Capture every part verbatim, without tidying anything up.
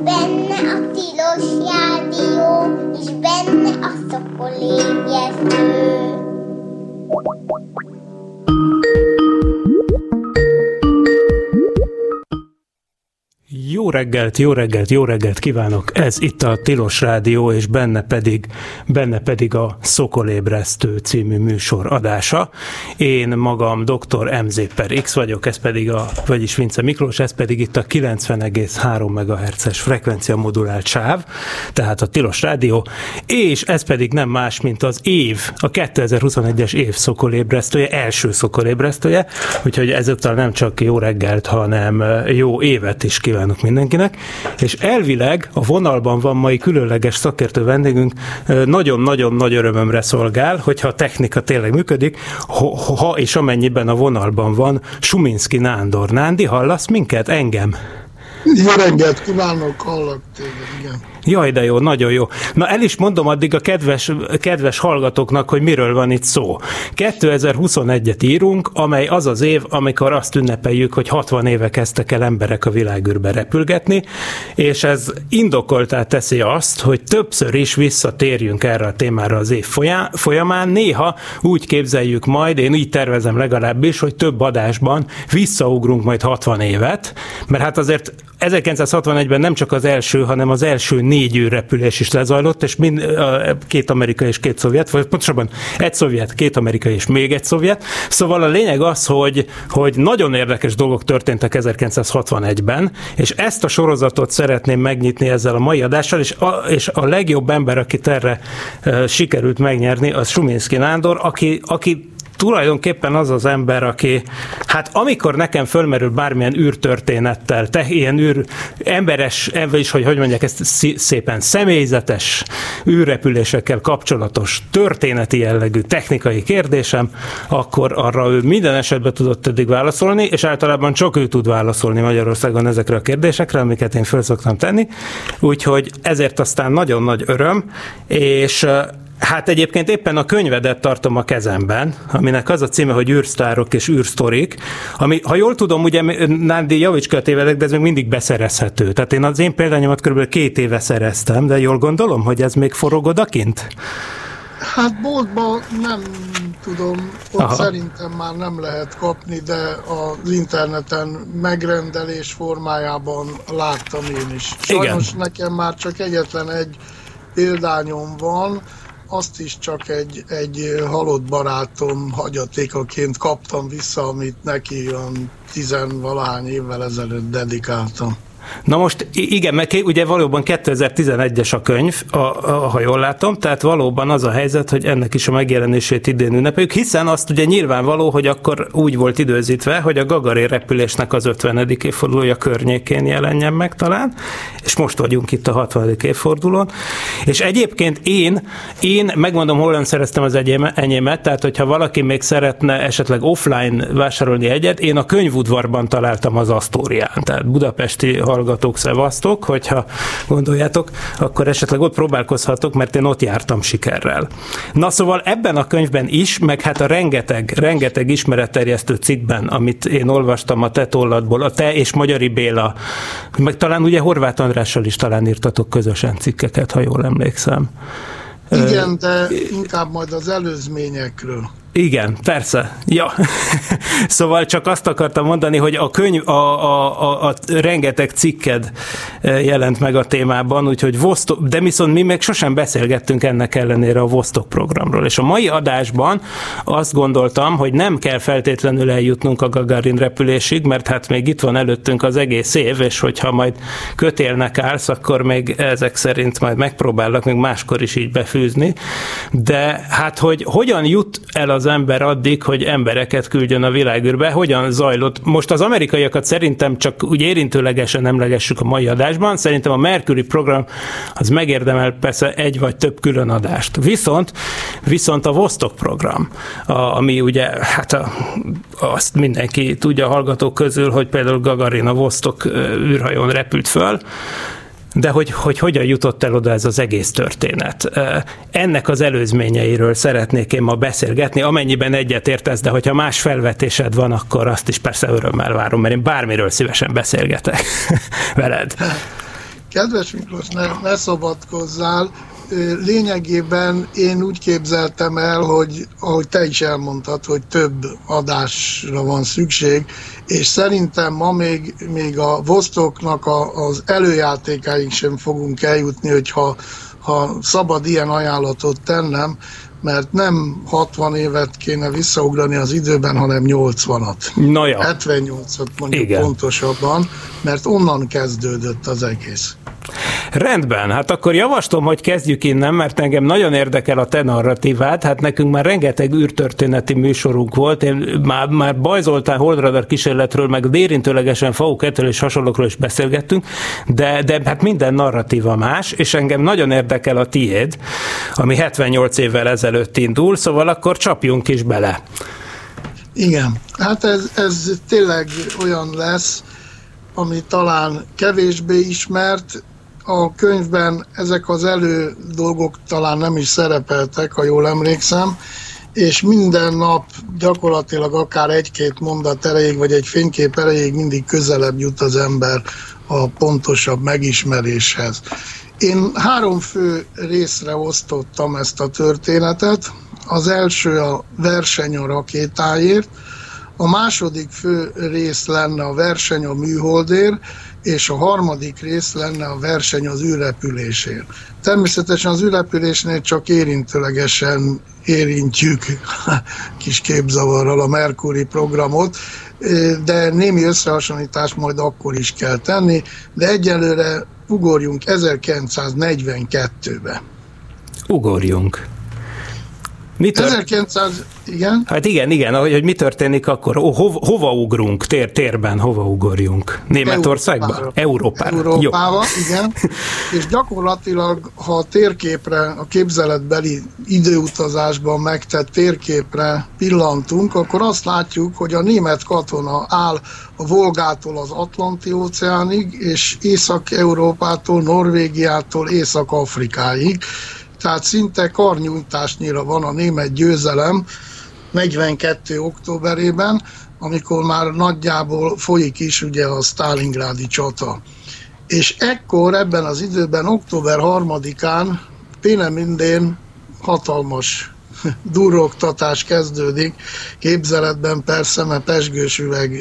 benne a Tilos Rádió, és benne a Szokol Ébresztő. Jó reggelt, jó reggelt, jó reggelt kívánok! Ez itt a Tilos Rádió, és benne pedig, benne pedig a Szokol Ébresztő című műsor adása. Én magam doktor em zé per X vagyok, ez pedig a, vagyis Vince Miklós, ez pedig itt a kilencven egész három megahertzes frekvencia modulált sáv, tehát a Tilos Rádió, és ez pedig nem más, mint az év, a kétezer-huszonegyes év Szokol Ébresztője, első Szokol Ébresztője, úgyhogy ezúttal nem csak jó reggelt, hanem jó évet is kívánok mindenkinek, és elvileg a vonalban van mai különleges szakértő vendégünk, nagyon-nagyon nagy örömömre szolgál, hogyha a technika tényleg működik, ha és amennyiben a vonalban van Suminski Nándor. Nándi, hallasz minket? Engem? Jó reggelt kívánok, hallak téged, igen. Jaj, de jó, nagyon jó. Na el is mondom addig a kedves, kedves hallgatóknak, hogy miről van itt szó. kétezer-huszonegyet írunk, amely az az év, amikor azt ünnepeljük, hogy hatvan éve kezdtek el emberek a világűrbe repülgetni, és ez indokoltá teszi azt, hogy többször is visszatérjünk erre a témára az év folyamán. Néha úgy képzeljük majd, én így tervezem legalábbis, hogy több adásban visszaugrunk majd hatvan évet, mert hát azért ezerkilencszázhatvanegyben nem csak az első, hanem az első négy űrrepülés is lezajlott, és mind, két amerikai és két szovjet, vagy pontosabban egy szovjet, két amerikai és még egy szovjet. Szóval a lényeg az, hogy, hogy nagyon érdekes dolgok történtek ezerkilencszázhatvanegyben, és ezt a sorozatot szeretném megnyitni ezzel a mai adással, és a, és a legjobb ember, akit erre uh, sikerült megnyerni, az Suminski Nándor, aki, aki tulajdonképpen az az ember, aki, hát amikor nekem fölmerül bármilyen űrtörténettel, te, ilyen űr, emberes, is, hogy hogy mondják ezt szépen, személyzetes űrrepülésekkel kapcsolatos történeti jellegű technikai kérdésem, akkor arra ő minden esetben tudott eddig válaszolni, és általában csak ő tud válaszolni Magyarországon ezekre a kérdésekre, amiket én föl szoktam tenni. Úgyhogy ezért aztán nagyon nagy öröm, és hát egyébként éppen a könyvedet tartom a kezemben, aminek az a címe, hogy űrsztárok és űrsztorik, ami, ha jól tudom, ugye Nándi, javíts ki a tévedek, de ez még mindig beszerezhető. Tehát én az én példányomat körülbelül két éve szereztem, de jól gondolom, hogy ez még forog odakint? Hát boltban nem tudom, ott Aha. szerintem már nem lehet kapni, de az interneten megrendelés formájában láttam én is. Sajnos Igen. nekem már csak egyetlen egy példányom van, azt is csak egy, egy halott barátom hagyatékaként kaptam vissza, amit neki olyan tizenvalahány évvel ezelőtt dedikáltam. Na most igen, mert ugye valóban kétezer-tizenegyes a könyv, a, a, ha jól látom, tehát valóban az a helyzet, hogy ennek is a megjelenését idén ünnepeljük, hiszen azt ugye nyilvánvaló, hogy akkor úgy volt időzítve, hogy a Gagarin repülésnek az ötvenedik évfordulója környékén jelenjen meg talán, és most vagyunk itt a hatvanadik évfordulón, és egyébként én, én megmondom, hol szereztem az enyémet, tehát hogyha valaki még szeretne esetleg offline vásárolni egyet, én a könyvudvarban találtam az Asztórián, tehát budapesti hallgatók, szevasztok, hogyha gondoljátok, akkor esetleg ott próbálkozhatok, mert én ott jártam sikerrel. Na szóval ebben a könyvben is, meg hát a rengeteg, rengeteg ismeretterjesztő cikkben, amit én olvastam a te tolladból, a te és Magyari Béla, meg talán ugye Horváth Andrással is talán írtatok közösen cikkeket, ha jól emlékszem. Igen, de inkább majd az előzményekről. Igen, persze. Ja. Szóval csak azt akartam mondani, hogy a könyv, a, a, a, a rengeteg cikked jelent meg a témában, úgyhogy Vostok, de viszont mi még sosem beszélgettünk ennek ellenére a Vostok programról. És a mai adásban azt gondoltam, hogy nem kell feltétlenül eljutnunk a Gagarin repülésig, mert hát még itt van előttünk az egész év, és hogyha majd kötélnek állsz, akkor még ezek szerint majd megpróbálok még máskor is így befűzni. De hát, hogy hogyan jut el az ember addig, hogy embereket küldjön a világűrbe, hogyan zajlott. Most az amerikaiakat szerintem csak úgy érintőlegesen emlegessük a mai adásban, szerintem a Mercury program az megérdemel persze egy vagy több külön adást. Viszont, viszont a Vostok program, a, ami ugye, hát a, azt mindenki tudja a hallgatók közül, hogy például Gagarin a Vostok űrhajón repült föl, de hogy, hogy hogyan jutott el oda ez az egész történet. Ennek az előzményeiről szeretnék én ma beszélgetni, amennyiben egyetértesz, de hogyha más felvetésed van, akkor azt is persze örömmel várom, mert én bármiről szívesen beszélgetek veled. Kedves Miklós, ne, ne szabadkozzál. Lényegében én úgy képzeltem el, hogy ahogy te is elmondtad, hogy több adásra van szükség, és szerintem ma még, még a Vostoknak a, az előjátékáig sem fogunk eljutni, hogyha ha szabad ilyen ajánlatot tennem, mert nem hatvan évet kéne visszaugrani az időben, hanem nyolcvanat. Na ja. hetvennyolcat mondjuk Igen. Pontosabban, mert onnan kezdődött az egész. Rendben, hát akkor javaslom, hogy kezdjük innen, mert engem nagyon érdekel a te narratívát, hát nekünk már rengeteg űrtörténeti műsorunk volt, én már, már Bajzoltán Holdradar kísérletről, meg érintőlegesen F A U kettő és hasonlókról is beszélgettünk, de, de hát minden narratíva más, és engem nagyon érdekel a tiéd, ami hetvennyolc évvel ezelőtt indul, szóval akkor csapjunk is bele. Igen, hát ez, ez tényleg olyan lesz, ami talán kevésbé ismert. A könyvben ezek az elő dolgok talán nem is szerepeltek, ha jól emlékszem, és minden nap gyakorlatilag akár egy-két mondat erejéig, vagy egy fénykép erejéig mindig közelebb jut az ember a pontosabb megismeréshez. Én három fő részre osztottam ezt a történetet. Az első a verseny a rakétáért, a második fő rész lenne a verseny a műholdért, és a harmadik rész lenne a verseny az űrrepülésért. Természetesen az űrrepülésnél csak érintőlegesen érintjük kis képzavarral a Mercury programot, de némi összehasonlítást majd akkor is kell tenni, de egyelőre ugorjunk ezerkilencszáznegyvenkettőbe. Ugorjunk. Mi tört... ezerkilencszáz, igen? Hát igen, igen, hogy, hogy mi történik akkor, Ho, hova ugrunk, tér, térben, hova ugorjunk? Németországba? Európára. Európába, igen. És gyakorlatilag, ha a térképre, a képzeletbeli időutazásban megtett térképre pillantunk, akkor azt látjuk, hogy a német katona áll a Volgától az Atlanti-óceánig, és Észak-Európától, Norvégiától Észak-Afrikáig. Tehát szinte karnyújtásnyira van a német győzelem negyvenkettő októberében, amikor már nagyjából folyik is ugye a sztálingrádi csata. És ekkor ebben az időben, október harmadikán Peenemünde hatalmas durrogtatás kezdődik, képzeletben persze, mert pezsgős üveg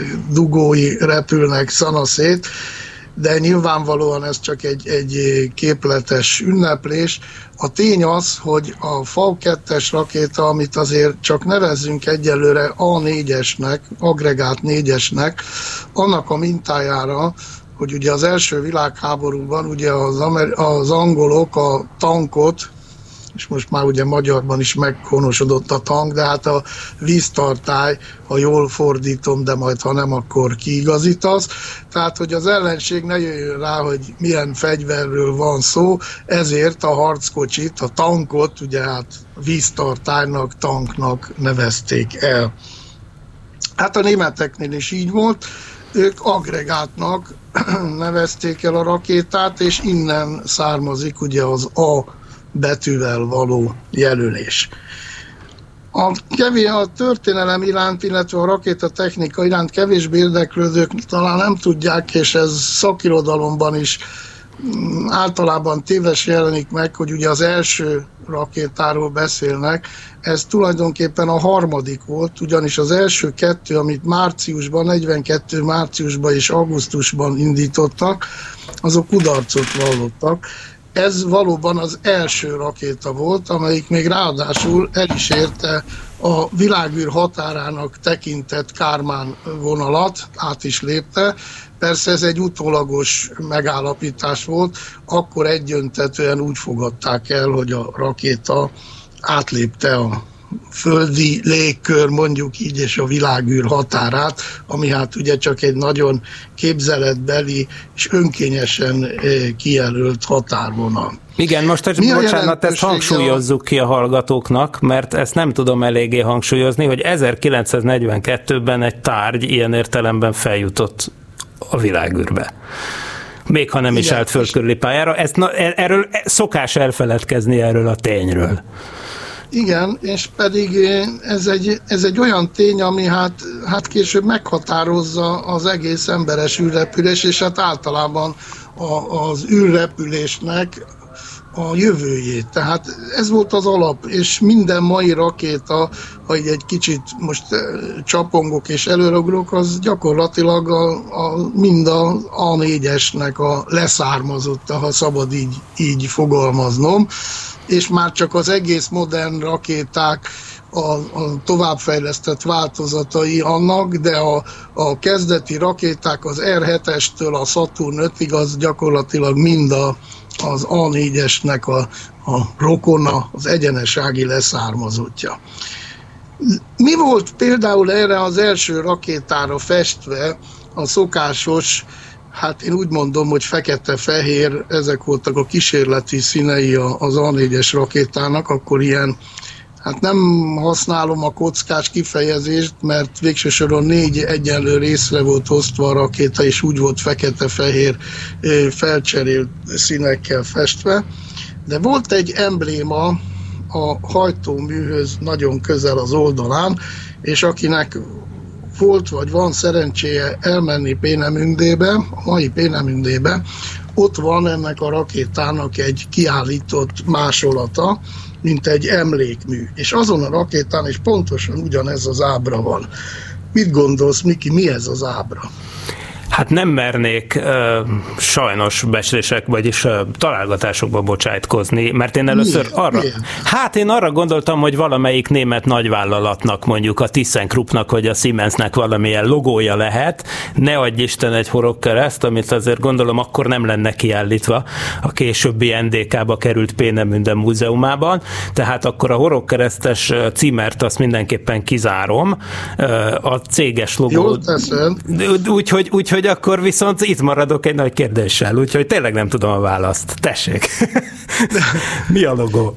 dugói repülnek szanaszét, de nyilvánvalóan ez csak egy, egy képletes ünneplés. A tény az, hogy a F A U kettes rakéta, amit azért csak nevezzünk egyelőre á négyesnek, agregát négyesnek, annak a mintájára, hogy ugye az első világháborúban ugye az, amer- az angolok a tankot, és most már ugye magyarban is meghonosodott a tank, de hát a víztartály, ha jól fordítom, de majd ha nem, akkor kiigazítasz. Tehát, hogy az ellenség ne jöjjön rá, hogy milyen fegyverről van szó, ezért a harckocsit, a tankot, ugye hát víztartálynak, tanknak nevezték el. Hát a németeknél is így volt, ők agregátnak nevezték el a rakétát, és innen származik ugye az A betűvel való jelölés. A, kevés, a történelem iránt, illetve a rakétatechnika iránt kevésbé érdeklődők talán nem tudják, és ez szakirodalomban is általában téves jelenik meg, hogy ugye az első rakétáról beszélnek, ez tulajdonképpen a harmadik volt, ugyanis az első kettő, amit márciusban, negyvenkettő márciusban és augusztusban indítottak, azok kudarcot vallottak. Ez valóban az első rakéta volt, amelyik még ráadásul el is érte a világűr határának tekintett Kármán vonalat, át is lépte. Persze ez egy utólagos megállapítás volt, akkor egyöntetően úgy fogadták el, hogy a rakéta átlépte a földi légkör, mondjuk így, és a világűr határát, ami hát ugye csak egy nagyon képzeletbeli és önkényesen kijelölt határvonal. Igen, most ezt, bocsánat, ezt hangsúlyozzuk ki a hallgatóknak, mert ezt nem tudom eléggé hangsúlyozni, hogy ezerkilencszáznegyvenkettőben egy tárgy ilyen értelemben feljutott a világűrbe. Még ha nem Igen, is állt földkörüli pályára. Ezt, na, erről szokás elfeledkezni erről a tényről. Igen, és pedig ez egy, ez egy olyan tény, ami hát, hát később meghatározza az egész emberes űrrepülés, és hát általában a, az űrrepülésnek a jövőjét. Tehát ez volt az alap, és minden mai rakéta, ha egy kicsit most csapongok és előrogrok, az gyakorlatilag a, a, mind a á négyesnek a leszármazotta, ha szabad így, így fogalmaznom, és már csak az egész modern rakéták a, a továbbfejlesztett változatai annak, de a, a kezdeti rakéták az er hetestől a Saturn ötig az gyakorlatilag mind a az á négyesnek a, a rokona, az egyenesági leszármazottja. Mi volt például erre az első rakétára festve a szokásos, hát én úgy mondom, hogy fekete-fehér, ezek voltak a kísérleti színei az á négyes rakétának, akkor ilyen, hát nem használom a kockás kifejezést, mert végső soron négy egyenlő részre volt osztva a rakéta, és úgy volt fekete-fehér felcserélt színekkel festve. De volt egy embléma a hajtóműhöz nagyon közel az oldalán, és akinek volt vagy van szerencséje elmenni Peenemündébe, a mai Peenemündébe, ott van ennek a rakétának egy kiállított másolata, mint egy emlékmű. És azon a rakétán is pontosan ugyanez az ábra van. Mit gondolsz, Miki, mi ez az ábra? Hát nem mernék uh, sajnos becslések, vagyis uh, találgatásokba bocsájtkozni, mert én először Milyen? arra... Milyen? Hát én arra gondoltam, hogy valamelyik német nagyvállalatnak, mondjuk a ThyssenKruppnak vagy a Siemensnek valamilyen logója lehet, ne adj Isten egy horogkereszt, amit azért gondolom akkor nem lenne kiállítva a későbbi en dé ká-ba került Peenemünde múzeumában, tehát akkor a horogkeresztes címert azt mindenképpen kizárom, a céges logó... Jól teszed. Úgyhogy úgy, hogy akkor viszont itt maradok egy nagy kérdéssel, úgyhogy tényleg nem tudom a választ. Tessék! Mi a logó?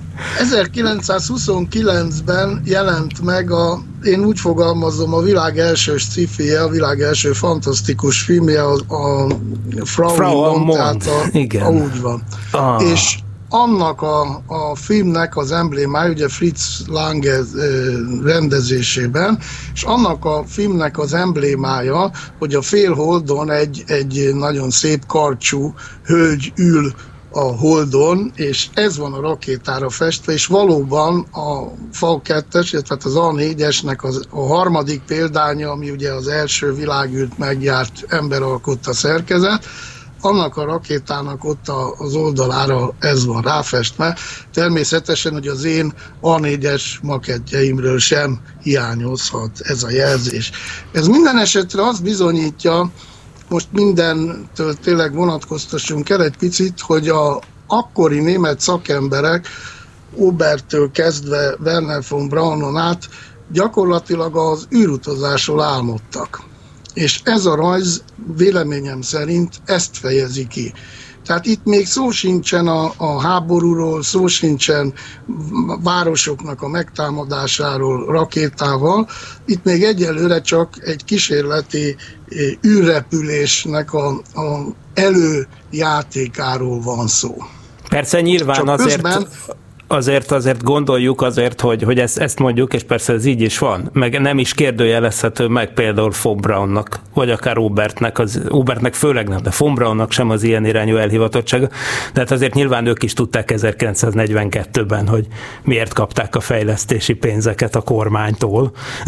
ezerkilencszázhuszonkilencben jelent meg a, én úgy fogalmazom, a világ első sci-fije, a világ első fantasztikus filmje, a, a Frau, Frau Mond, tehát a, igen. A, úgy van. Ah. És annak a, a filmnek az emblémája, ugye Fritz Lange rendezésében, és annak a filmnek az emblémája, hogy a félholdon egy, egy nagyon szép karcsú hölgy ül a holdon, és ez van a rakétára festve, és valóban a F kettes, illetve az á négyesnek az, a harmadik példánya, ami ugye az első világűrt megjárt emberalkotta szerkezet, annak a rakétának ott az oldalára ez van ráfestve. Természetesen, hogy az én á négyes makettjeimről sem hiányozhat ez a jelzés. Ez minden esetre azt bizonyítja, most mindentől tényleg vonatkoztassunk el egy picit, hogy a akkori német szakemberek, Obertől kezdve Werner von Braunon át gyakorlatilag az űrutazásról álmodtak. És ez a rajz véleményem szerint ezt fejezi ki. Tehát itt még szó sincsen a, a háborúról, szó sincsen városoknak a megtámadásáról rakétával. Itt még egyelőre csak egy kísérleti űrrepülésnek a, a előjátékáról van szó. Persze nyilván csak azért... Közben, Azért, azért gondoljuk azért, hogy, hogy ezt, ezt mondjuk, és persze ez így is van, meg nem is kérdőjelezhető meg például von Braunnak, vagy akár Obertnek, az, Obertnek főleg nem, de von Braunnak sem az ilyen irányú elhivatottsága, de hát azért nyilván ők is tudták ezerkilencszáznegyvenkettőben, hogy miért kapták a fejlesztési pénzeket a kormánytól.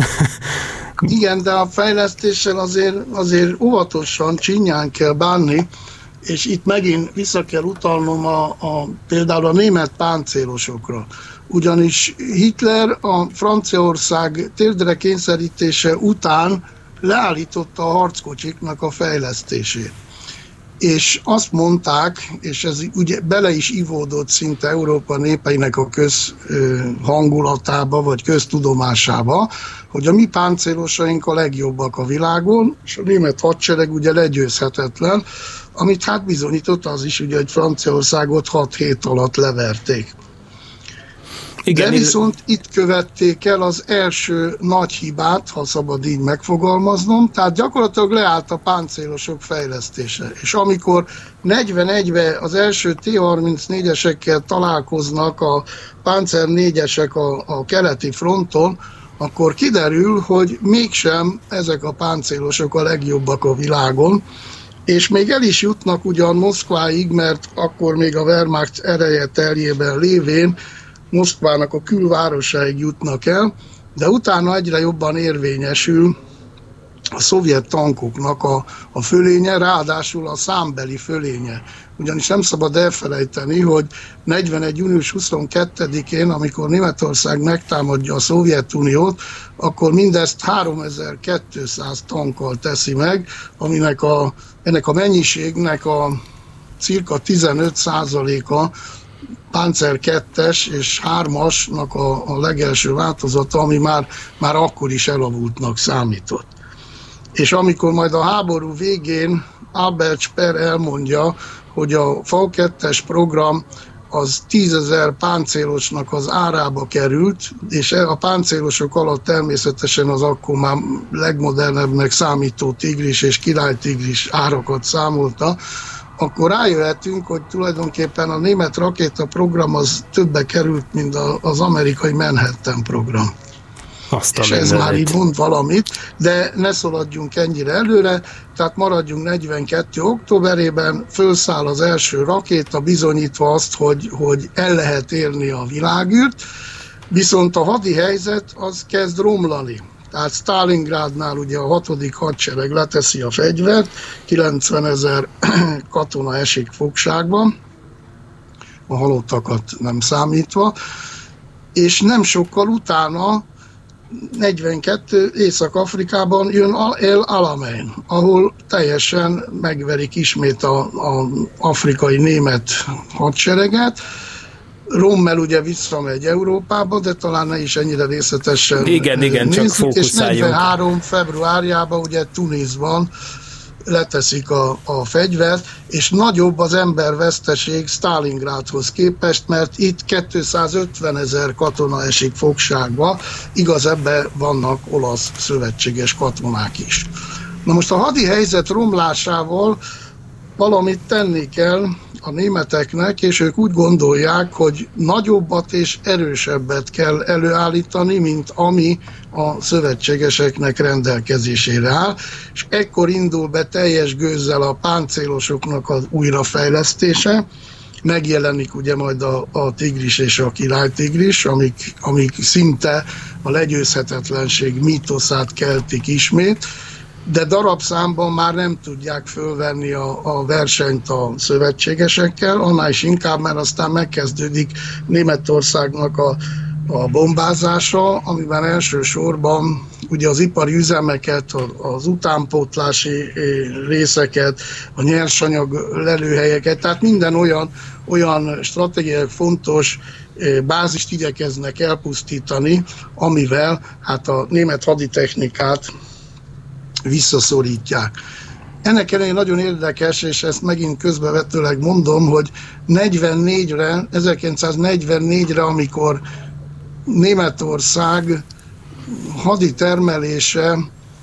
Igen, de a fejlesztéssel azért, azért óvatosan, csinyán kell bánni, és itt megint vissza kell utalnom a, a, például a német páncélosokra. Ugyanis Hitler a Franciaország térdre kényszerítése után leállította a harckocsiknak a fejlesztését. És azt mondták, és ez ugye bele is ivódott szinte Európa népeinek a közhangulatába, vagy köztudomásába, hogy a mi páncélosaink a legjobbak a világon, és a német hadsereg ugye legyőzhetetlen, amit hát bizonyított az is, ugye, hogy Franciaországot hat hét alatt leverték. Igen, de viszont itt követték el az első nagy hibát, ha szabad így megfogalmaznom, tehát gyakorlatilag leállt a páncélosok fejlesztése. És amikor negyvenegyben az első té harmincnégyesekkel találkoznak a Panzer négyesek a, a keleti fronton, akkor kiderül, hogy mégsem ezek a páncélosok a legjobbak a világon, És még el is jutnak ugyan Moszkváig, mert akkor még a Wehrmacht ereje teljében lévén Moszkvának a külvárosáig jutnak el, de utána egyre jobban érvényesül a szovjet tankoknak a, a fölénye, ráadásul a számbeli fölénye. Ugyanis nem szabad elfelejteni, hogy negyvenegy. június huszonkettedikén, amikor Németország megtámadja a Szovjetuniót, akkor mindezt háromezer-kétszáz tankkal teszi meg, aminek a, ennek a mennyiségnek a cirka tizenöt százaléka Panzer kettes és hármasnak a, a legelső változata, ami már, már akkor is elavultnak számított. És amikor majd a háború végén Albert Speer elmondja, hogy a ef kettes program az tízezer páncélosnak az árába került, és a páncélosok alatt természetesen az akkor már legmodernebbnek számító tigris és királytigris árakat számolta, akkor rájöhetünk, hogy tulajdonképpen a német rakétaprogram az többe került, mint az amerikai Manhattan program. Azt és ez már így mond valamit, de ne szaladjunk ennyire előre, tehát maradjunk negyvenkettő. októberében, fölszáll az első rakéta, bizonyítva azt, hogy, hogy el lehet érni a világűrt, viszont a hadi helyzet az kezd romlani. Tehát Stalingrádnál ugye a hatodik hadsereg leteszi a fegyvert, kilencvenezer katona esik fogságban, a halottakat nem számítva, és nem sokkal utána negyvenkettő. Észak-Afrikában jön El Alamein, ahol teljesen megverik ismét a, a afrikai német hadsereget. Rommel ugye visszamegy Európába, de talán ne is ennyire részletesen igen, igen, nézzük, csak fókuszáljunk. És negyvenhárom. februárjában ugye Tunisban leteszik a, a fegyvert, és nagyobb az emberveszteség Stalingrádhoz képest, mert itt kétszázötvenezer katona esik fogságba, igaz, ebben vannak olasz szövetséges katonák is. Na most a hadi helyzet romlásával valamit tenni kell a németeknek, és ők úgy gondolják, hogy nagyobbat és erősebbet kell előállítani, mint ami a szövetségeseknek rendelkezésére áll, és ekkor indul be teljes gőzzel a páncélosoknak az újrafejlesztése. Megjelenik ugye majd a, a tigris és a királytigris, amik, amik szinte a legyőzhetetlenség mítoszát keltik ismét, de darabszámban már nem tudják fölvenni a, a versenyt a szövetségesekkel, annál is inkább, mert aztán megkezdődik Németországnak a, a bombázása, amiben elsősorban ugye az ipari üzemeket, az utánpótlási részeket, a nyersanyag lelőhelyeket, tehát minden olyan, olyan stratégiai fontos bázist igyekeznek elpusztítani, amivel hát a német haditechnikát visszaszorítják. Ennek ellenére nagyon érdekes, és ezt megint közbevetőleg mondom, hogy negyvennégyre, ezerkilencszáznegyvennégyre, amikor Németország haditermelése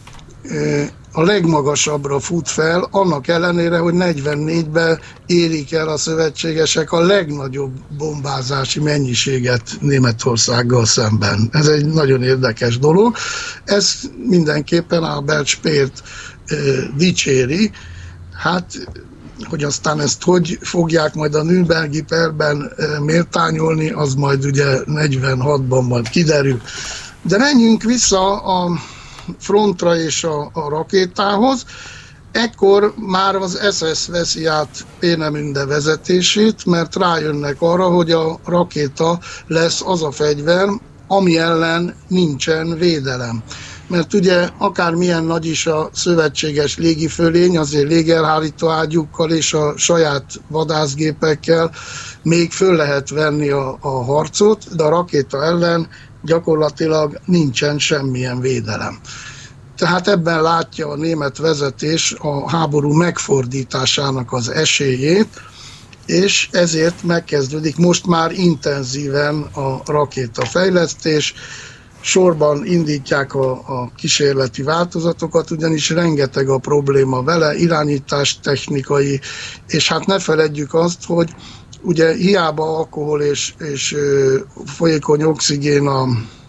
a legmagasabbra fut fel, annak ellenére, hogy negyvennégyben érik el a szövetségesek a legnagyobb bombázási mennyiséget Németországgal szemben. Ez egy nagyon érdekes dolog. Ez mindenképpen Albert Speert e, dicséri. Hát, hogy aztán ezt hogy fogják majd a Nürnbergi perben e, méltányolni, az majd ugye negyvenhatban majd kiderül. De menjünk vissza a frontra és a, a rakétához. Ekkor már az es es veszi át Peenemünde vezetését, mert rájönnek arra, hogy a rakéta lesz az a fegyver, ami ellen nincsen védelem. Mert ugye akármilyen nagy is a szövetséges légifölény, azért légelhárító ágyukkal és a saját vadászgépekkel még föl lehet venni a, a harcot, de a rakéta ellen gyakorlatilag nincsen semmilyen védelem. Tehát ebben látja a német vezetés a háború megfordításának az esélyét, és ezért megkezdődik most már intenzíven a rakétafejlesztés. Sorban indítják a, a kísérleti változatokat, ugyanis rengeteg a probléma vele, irányítás technikai, és hát ne feledjük azt, hogy ugye hiába alkohol és, és ö, folyékony oxigén a,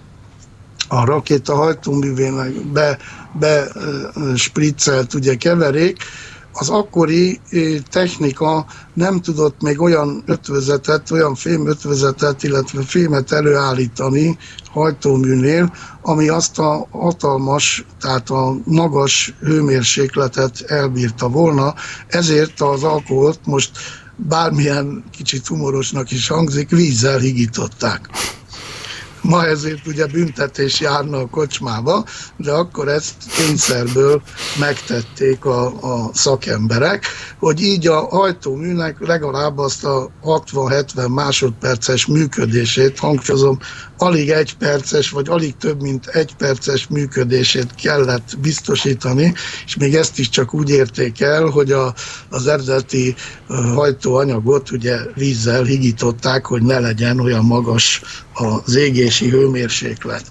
a rakéta hajtóművének be, be ö, spriccelt ugye keverék, az akkori technika nem tudott még olyan ötvözetet, olyan fémötvözetet, illetve fémet előállítani hajtóműnél, ami azt a hatalmas, tehát a magas hőmérsékletet elbírta volna, ezért az alkoholt most bármilyen kicsit humorosnak is hangzik, vízzel higították. Ma ezért ugye büntetés járna a kocsmába, de akkor ezt kényszerből megtették a, a szakemberek, hogy így a hajtóműnek legalább azt a hatvan-hetven másodperces működését, hangsúlyozom, alig egy perces, vagy alig több mint egy perces működését kellett biztosítani, és még ezt is csak úgy érték el, hogy a, az eredeti hajtóanyagot ugye vízzel higították, hogy ne legyen olyan magas az égési hőmérséklet.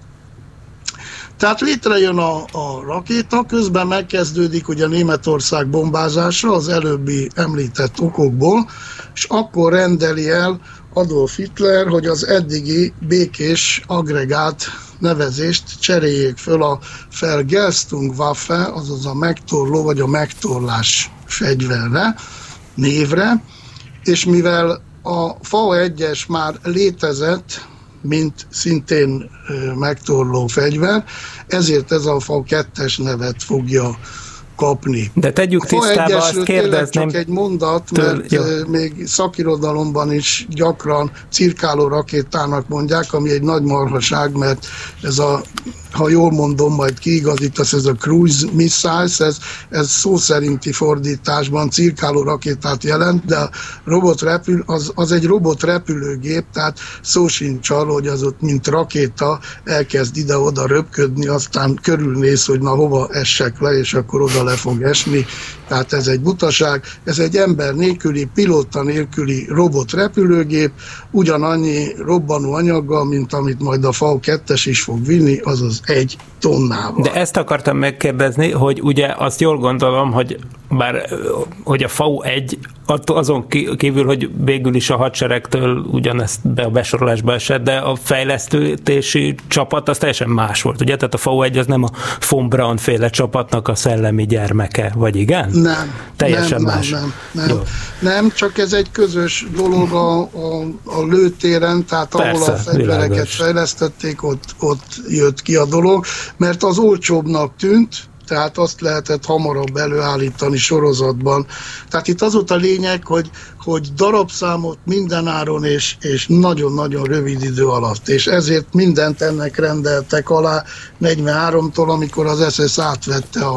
Tehát létrejön a, a rakéta, közben megkezdődik ugye Németország bombázása az előbbi említett okokból, és akkor rendeli el Adolf Hitler, hogy az eddigi békés aggregát nevezést cseréljék föl a Vergeltungswaffe, azaz a megtorló vagy a megtorlás fegyverre, névre, és mivel a F A egyes már létezett, mint szintén megtorló fegyver, ezért ez a F A kettes nevet fogja kapni. De tegyük tisztába, azt kérdezném. Csak egy mondat, mert től, még szakirodalomban is gyakran cirkáló rakétának mondják, ami egy nagy marhaság, mert ez a, ha jól mondom, majd kiigazítasz, ez a cruise missiles, ez, ez szó szerinti fordításban cirkáló rakétát jelent, de a robotrepül, az, az egy robotrepülőgép, tehát szó sincs arról, hogy az ott mint rakéta elkezd ide-oda röpködni, aztán körülnéz, hogy na hova essek le, és akkor oda le fog esni. Tehát ez egy butaság, ez egy ember nélküli, pilóta nélküli robotrepülőgép, ugyanannyi robbanó anyaggal, mint amit majd a F A kettes is fog vinni, azaz egy tonnával. De ezt akartam megkérdezni, hogy ugye azt jól gondolom, hogy bár hogy a F A egy azon kívül, hogy végül is a hadseregtől ugyanezt be a besorolásba esett, de a fejlesztési csapat az teljesen más volt, ugye? Tehát a F A egy az nem a von Braun féle csapatnak a szellemi gyermeke, vagy igen? Nem. Teljesen nem, más. Nem, nem, nem. nem, csak ez egy közös dolog a, a, a lőtéren, tehát persze, ahol a fegyvereket világos. fejlesztették, ott, ott jött ki a dolog, mert az olcsóbbnak tűnt, tehát azt lehetett hamarabb előállítani sorozatban. Tehát itt az volt a lényeg, hogy, hogy darabszámot mindenáron és, és nagyon-nagyon rövid idő alatt. És ezért mindent ennek rendeltek alá negyvenháromtól, amikor az es es átvette a,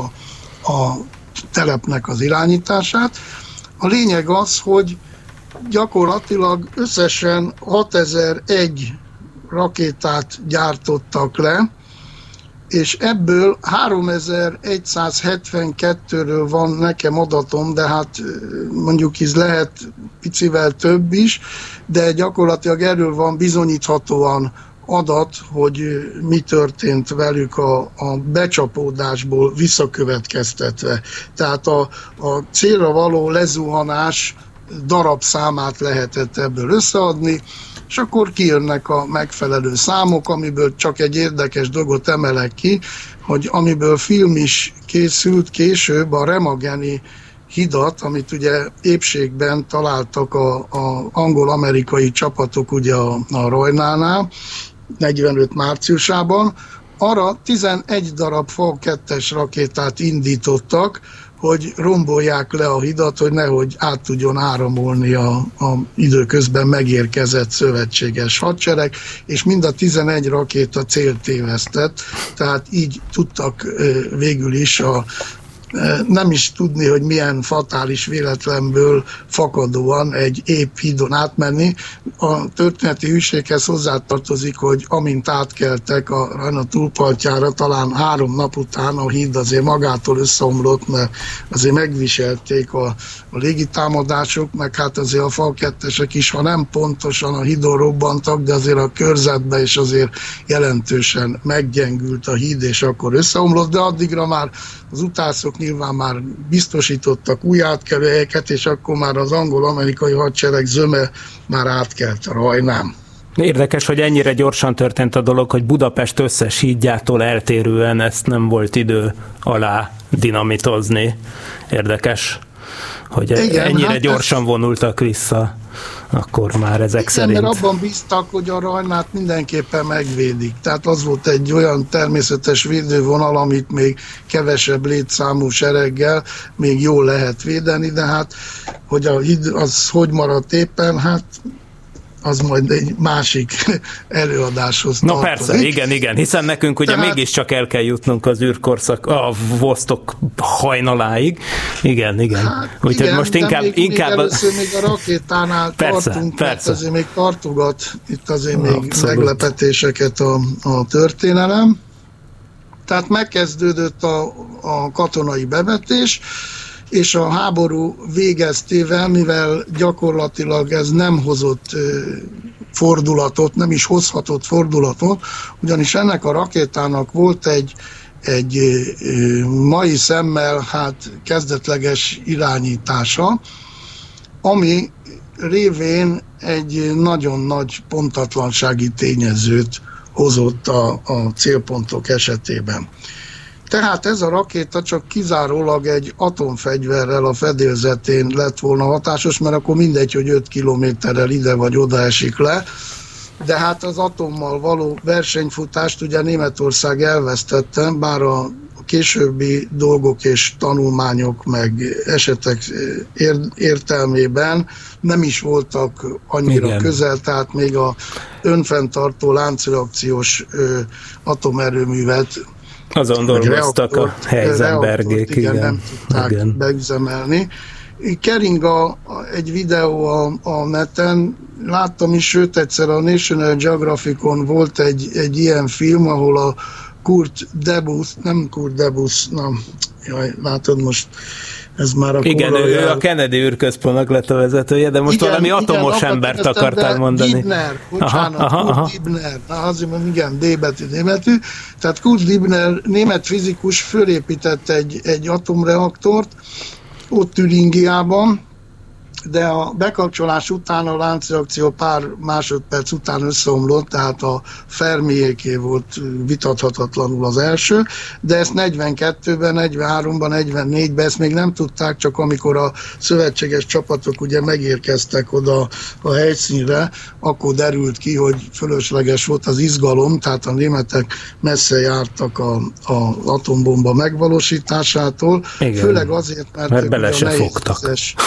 a telepnek az irányítását. A lényeg az, hogy gyakorlatilag összesen hatezer-egy rakétát gyártottak le, és ebből háromezer-egyszázhetvenkettőről van nekem adatom, de hát mondjuk ez lehet picivel több is, de gyakorlatilag erről van bizonyíthatóan adat, hogy mi történt velük a, a becsapódásból visszakövetkeztetve. Tehát a, a célra való lezuhanás darabszámát lehetett ebből összeadni, és akkor kijönnek a megfelelő számok, amiből csak egy érdekes dolgot emelek ki, hogy amiből film is készült később, a Remageni hidat, amit ugye épségben találtak a, a angol-amerikai csapatok ugye a, a Rajnánál, negyvenöt márciusában, arra tizenegy darab F A kettes rakétát indítottak, hogy rombolják le a hidat, hogy nehogy át tudjon áramolni a, a időközben megérkezett szövetséges hadsereg, és mind a tizenegy rakéta célt tévesztett, tehát így tudtak végül is a nem is tudni, hogy milyen fatális véletlenből fakadóan egy épp hídon átmenni. A történeti hűséghez hozzátartozik, hogy amint átkeltek a Rajna túlpartjára, talán három nap után a híd azért magától összeomlott, mert azért megviselték a, a légitámadások, meg hát azért a F A kettesek is, ha nem pontosan a hídon robbantak, de azért a körzetbe is azért jelentősen meggyengült a híd, és akkor összeomlott, de addigra már az utászok nyilván már biztosítottak új átkelőhelyeket, és akkor már az angol-amerikai hadsereg zöme már átkelt a Rajnán. Érdekes, hogy ennyire gyorsan történt a dolog, hogy Budapest összes hídjától eltérően ezt nem volt idő alá dinamitozni. Érdekes, hogy igen, ennyire hát gyorsan ez... vonultak vissza. Akkor már ezek igen, szerint. Mert abban bíztak, hogy a Rajnát mindenképpen megvédik. Tehát az volt egy olyan természetes védővonal, amit még kevesebb létszámú sereggel még jól lehet védeni, de hát, hogy a híd az hogy maradt éppen, hát az majd egy másik előadáshoz Na tartozik. persze, igen, igen, hiszen nekünk ugye Tehát... mégiscsak el kell jutnunk az űrkorszak, a Vostok hajnaláig. Igen, igen. Hát Úgyhogy igen, most inkább... még, inkább... még először még a rakétánál persze, tartunk, persze. azért még tartogat itt azért még Abszolút. meglepetéseket a, a történelem. Tehát megkezdődött a, a katonai bevetés, és a háború végeztével, mivel gyakorlatilag ez nem hozott fordulatot, nem is hozhatott fordulatot, ugyanis ennek a rakétának volt egy, egy mai szemmel hát kezdetleges irányítása, ami révén egy nagyon nagy pontatlansági tényezőt hozott a, a célpontok esetében. Tehát ez a rakéta csak kizárólag egy atomfegyverrel a fedélzetén lett volna hatásos, mert akkor mindegy, hogy öt kilométerrel ide vagy oda esik le, de hát az atommal való versenyfutást ugye Németország elvesztette, bár a későbbi dolgok és tanulmányok meg esetek értelmében nem is voltak annyira Igen. közel, tehát még a önfenntartó láncreakciós atomerőművet azon dolgoztak a Heisenbergék, igen, igen, nem tudták igen. beüzemelni. Kering a, a, egy videó a, a neten, láttam is, sőt egyszer a National Geographicon volt egy, egy ilyen film, ahol a Kurt Debus, nem Kurt Debus, nem, jaj, látod most, ez már a Igen, ő jel... a Kennedy űrközpontnak lett a vezetője, de most igen, valami atomos igen, embert akartál mondani. Dibner, bocsánat, aha, aha, Kurt Dibner, na azért mondom, igen, D betű, D betű. Tehát Kurt Dibner, német fizikus fölépített egy, egy atomreaktort, ott Türingiában, de a bekapcsolás után a láncreakció pár másodperc után összeomlott, tehát a Fermiéké volt vitathatatlanul az első, de ezt negyvenkettőben, negyvenháromban, negyvennégyben ezt még nem tudták, csak amikor a szövetséges csapatok ugye megérkeztek oda a helyszínre, akkor derült ki, hogy fölösleges volt az izgalom, tehát a németek messze jártak a, a atombomba megvalósításától, igen. főleg azért, mert, mert bele se fogtak.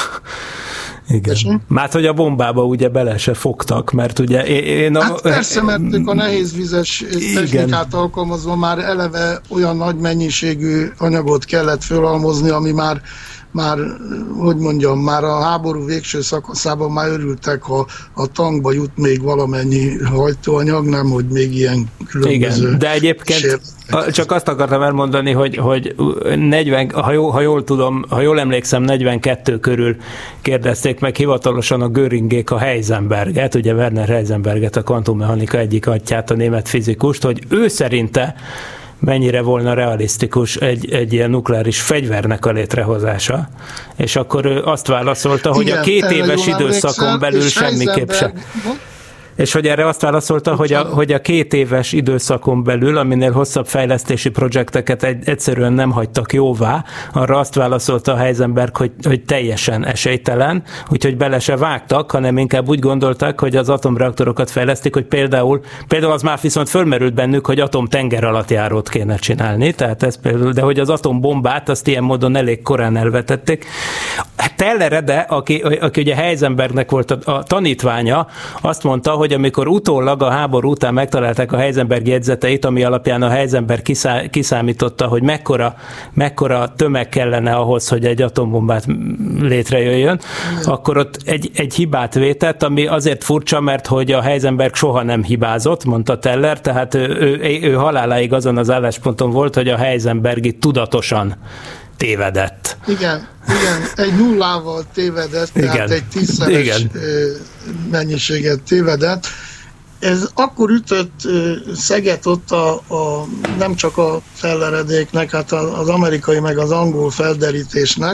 Igen. Már hogy a bombába ugye bele se fogtak, mert ugye én... A... Hát persze, mert ők a nehézvizes technikát igen. alkalmazva már eleve olyan nagy mennyiségű anyagot kellett fölhalmozni, ami már már, hogy mondjam, már a háború végső szakaszában már örültek, ha a tankba jut még valamennyi hajtóanyag, nem, hogy még ilyen különböző... Igen, de egyébként sérültek. Csak azt akartam elmondani, hogy, hogy negyven, ha, jól, ha jól tudom, ha jól emlékszem, negyvenkettő körül kérdezték meg hivatalosan a Göringék a Heisenberget, ugye Werner Heisenberget, a kvantummechanika egyik atyját, a német fizikust, hogy ő szerinte mennyire volna realisztikus egy, egy ilyen nukleáris fegyvernek a létrehozása. És akkor ő azt válaszolta, hogy igen, a két éves időszakon belül semmiképp sem. És hogy erre azt válaszolta, hogy a, hogy a két éves időszakon belül, aminél hosszabb fejlesztési projekteket egy, egyszerűen nem hagytak jóvá, arra azt válaszolta a Heisenberg, hogy, hogy teljesen esélytelen, úgyhogy bele se vágtak, hanem inkább úgy gondolták, hogy az atomreaktorokat fejlesztik, hogy például, például az már viszont fölmerült bennük, hogy atomtenger alatt járót kéne csinálni, tehát ez például, de hogy az atombombát azt ilyen módon elég korán elvetették. Teller Ede, aki, aki ugye Heisenbergnek volt a, a tanítványa, azt mondta, hogy amikor utólag a háború után megtalálták a Heisenberg jegyzeteit, ami alapján a Heisenberg kiszá, kiszámította, hogy mekkora, mekkora tömeg kellene ahhoz, hogy egy atombombát létrejöjjön, akkor ott egy, egy hibát vétett, ami azért furcsa, mert hogy a Heisenberg soha nem hibázott, mondta Teller, tehát ő, ő, ő haláláig azon az állásponton volt, hogy a Heisenberg tudatosan tévedett. Igen, igen, egy nullával tévedett, igen. Tehát egy tízszeres igen. mennyiséget tévedett. Ez akkor ütött szeget ott a, a, nem csak a Telleredéknek, hát az amerikai meg az angol felderítésnek,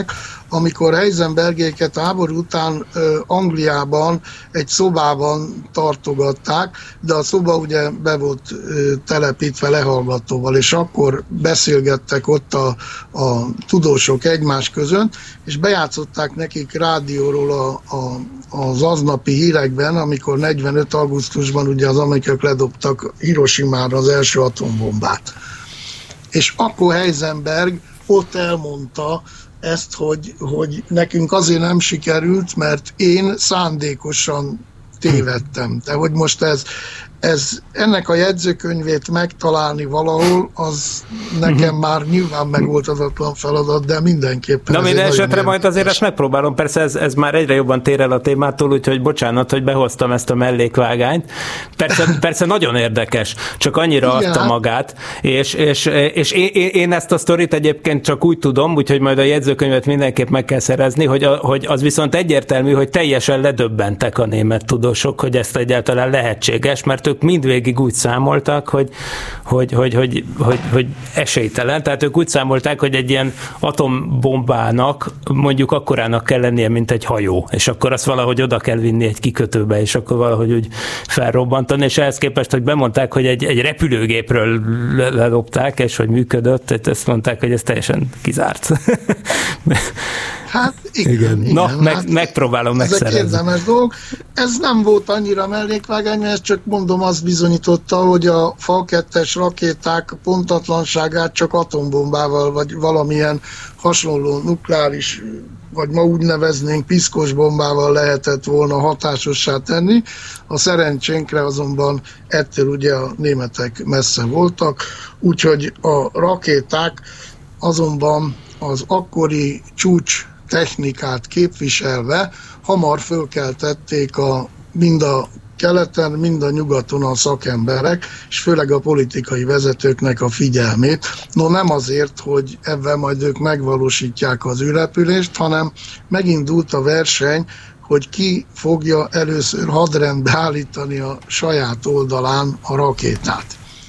amikor Heisenbergéket a háború után ö, Angliában egy szobában tartogatták, de a szoba ugye be volt ö, telepítve lehallgatóval, és akkor beszélgettek ott a, a tudósok egymás között, és bejátszották nekik rádióról a, a, az aznapi hírekben, amikor negyvenöt augusztusban ugye az amerikaiak ledobtak Hiroshimára az első atombombát. És akkor Heisenberg ott elmondta ezt, hogy, hogy nekünk azért nem sikerült, mert én szándékosan tévedtem. De hogy most ez, ez ennek a jegyzőkönyvét megtalálni valahol, az nekem már nyilván megoldatlan feladat, de mindenképpen. Na minden esetre majd azért ezt megpróbálom, persze ez, ez már egyre jobban tér el a témától, úgyhogy bocsánat, hogy behoztam ezt a mellékvágányt. Persze, persze nagyon érdekes, csak annyira igen, adta magát, és, és, és én, én ezt a sztorit egyébként csak úgy tudom, úgyhogy majd a jegyzőkönyvet mindenképp meg kell szerezni, hogy, a, hogy az viszont egyértelmű, hogy teljesen ledöbbentek a német tudósok, hogy ezt egyáltalán lehetséges, mert ők mindvégig úgy számoltak, hogy, hogy, hogy, hogy, hogy, hogy esélytelen. Tehát ők úgy számolták, hogy egy ilyen atombombának mondjuk akkorának kell lennie, mint egy hajó, és akkor azt valahogy oda kell vinni egy kikötőbe, és akkor valahogy úgy felrobbantani, és ehhez képest, hogy bemondták, hogy egy, egy repülőgépről ledobták, és hogy működött, tehát ezt mondták, hogy ez teljesen kizárt. Hát igen, igen. igen. Na, meg, hát megpróbálom megszerezni. Ez egy érdemes dolog. Ez nem volt annyira mellékvágány, mert csak mondom, azt bizonyította, hogy a Fal kettes rakéták pontatlanságát csak atombombával, vagy valamilyen hasonló nukleáris, vagy ma úgy neveznénk piszkos bombával lehetett volna hatásossá tenni. A szerencsénkre azonban ettől ugye a németek messze voltak, úgyhogy a rakéták azonban az akkori csúcs technikát képviselve hamar fölkeltették a, mind a keleten, mind a nyugaton a szakemberek, és főleg a politikai vezetőknek a figyelmét. No nem azért, hogy ebben majd ők megvalósítják az űrrepülést, hanem megindult a verseny, hogy ki fogja először hadrendbe állítani a saját oldalán a rakétát.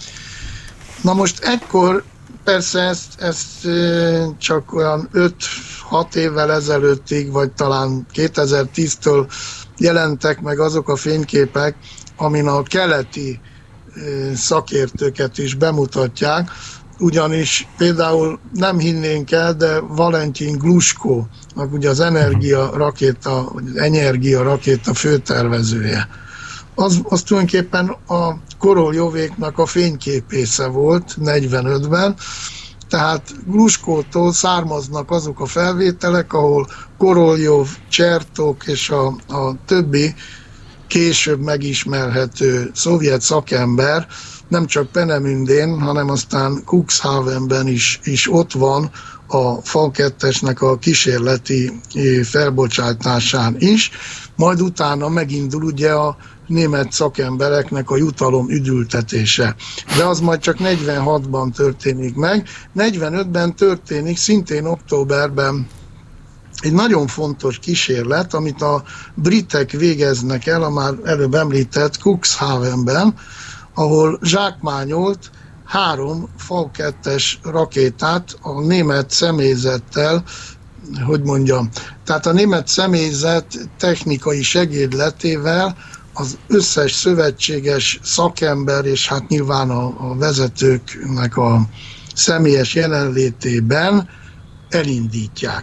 Na most ekkor persze ezt, ezt csak olyan öt-hat évvel ezelőttig, vagy talán kétezer-tíztől jelentek meg azok a fényképek, amin a keleti szakértőket is bemutatják, ugyanis például nem hinnénk el, de Valentin Glushko, ugye az energia rakéta, vagy az energia rakéta főtervezője, az, az tulajdonképpen a Korolyovéknak a fényképésze volt negyvenötben, tehát Glushkótól származnak azok a felvételek, ahol Koroljov, Csertok és a, a többi később megismerhető szovjet szakember nem csak Peenemünde-n, hanem aztán Cuxhavenben is, is ott van a Fal kettesnek a kísérleti felbocsátásán is, majd utána megindul ugye a német szakembereknek a jutalom üdültetése. De az majd csak negyvenhatban történik meg. negyvenötben történik szintén októberben egy nagyon fontos kísérlet, amit a britek végeznek el, a már előbb említett Cuxhavenben, ahol zsákmányolt három Fal kettes rakétát a német személyzettel, hogy mondjam, tehát a német személyzet technikai segédletével az összes szövetséges szakember, és hát nyilván a, a vezetőknek a személyes jelenlétében elindítják.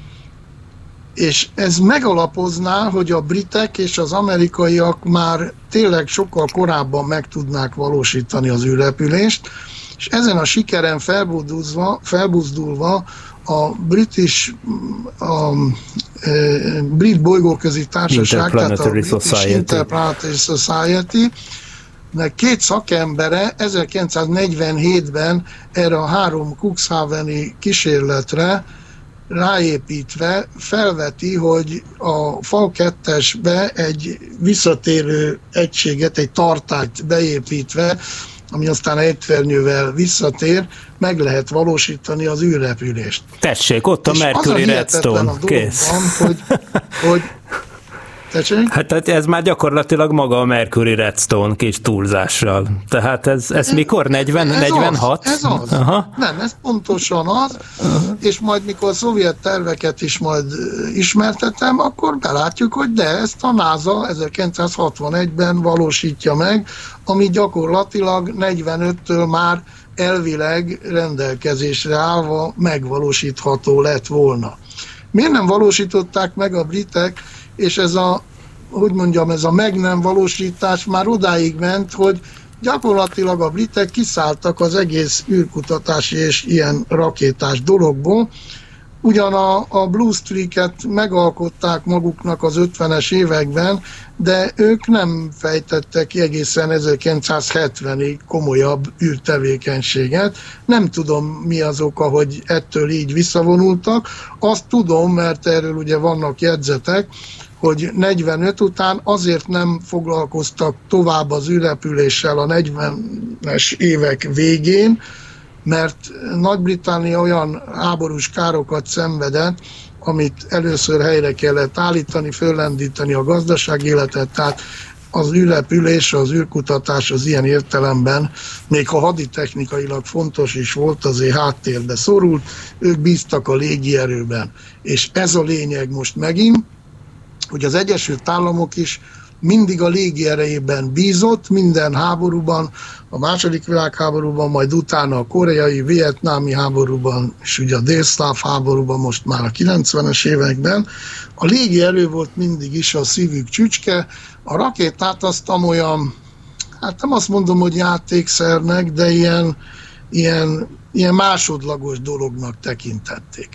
És ez megalapozná, hogy a britek és az amerikaiak már tényleg sokkal korábban meg tudnák valósítani az űrrepülést, és ezen a sikeren felbuzdulva, felbuzdulva a British, a, a, a Brit Bolygóközi Társaság, tehát a British Interplanetary Society, két szakembere ezerkilencszáznegyvenhétben erre a három Cuxhaveni kísérletre ráépítve felveti, hogy a Fal kettesbe egy visszatérő egységet, egy tartályt beépítve, ami aztán egyvernyővel visszatér, meg lehet valósítani az űrrepülést. Tessék, ott a Mercury Redstone, kész. Van, hogy, hogy Tecség? Hát ez már gyakorlatilag maga a Mercury Redstone kis túlzással. Tehát ez, ez mikor? negyven, ez negyvenhat? Az, ez az. Aha. Nem, ez pontosan az, uh-huh. És majd mikor szovjet terveket is majd ismertetem, akkor belátjuk, hogy de ezt a NASA ezerkilencszázhatvanegyben valósítja meg, ami gyakorlatilag negyvenöttől már elvileg rendelkezésre állva megvalósítható lett volna. Miért nem valósították meg a britek, és ez a, hogy mondjam, ez a meg nem valósítás már odáig ment, hogy gyakorlatilag a britek kiszálltak az egész űrkutatási és ilyen rakétás dologból. Ugyan a, a Blue Streak-et megalkották maguknak az ötvenes években, de ők nem fejtettek ki egészen ezerkilencszázhetvenig komolyabb űrtevékenységet. Nem tudom, mi az oka, hogy ettől így visszavonultak. Azt tudom, mert erről ugye vannak jegyzetek, hogy negyvenöt után azért nem foglalkoztak tovább az űrrepüléssel a negyvenes évek végén, mert Nagy-Britannia olyan háborús károkat szenvedett, amit először helyre kellett állítani, föllendíteni a gazdasági életet, tehát az űrrepülés, az űrkutatás az ilyen értelemben, még ha haditechnikailag fontos is volt, azért háttérbe szorult, ők bíztak a légierőben. És ez a lényeg most megint, hogy az Egyesült Államok is mindig a légierejében bízott, minden háborúban, a második világháborúban, majd utána a koreai, vietnámi háborúban, és ugye a délszláv háborúban, most már a kilencvenes években. A légierő volt mindig is a szívük csücske, a rakétát azt amolyan, hát nem azt mondom, hogy játékszernek, de ilyen, ilyen, ilyen másodlagos dolognak tekintették.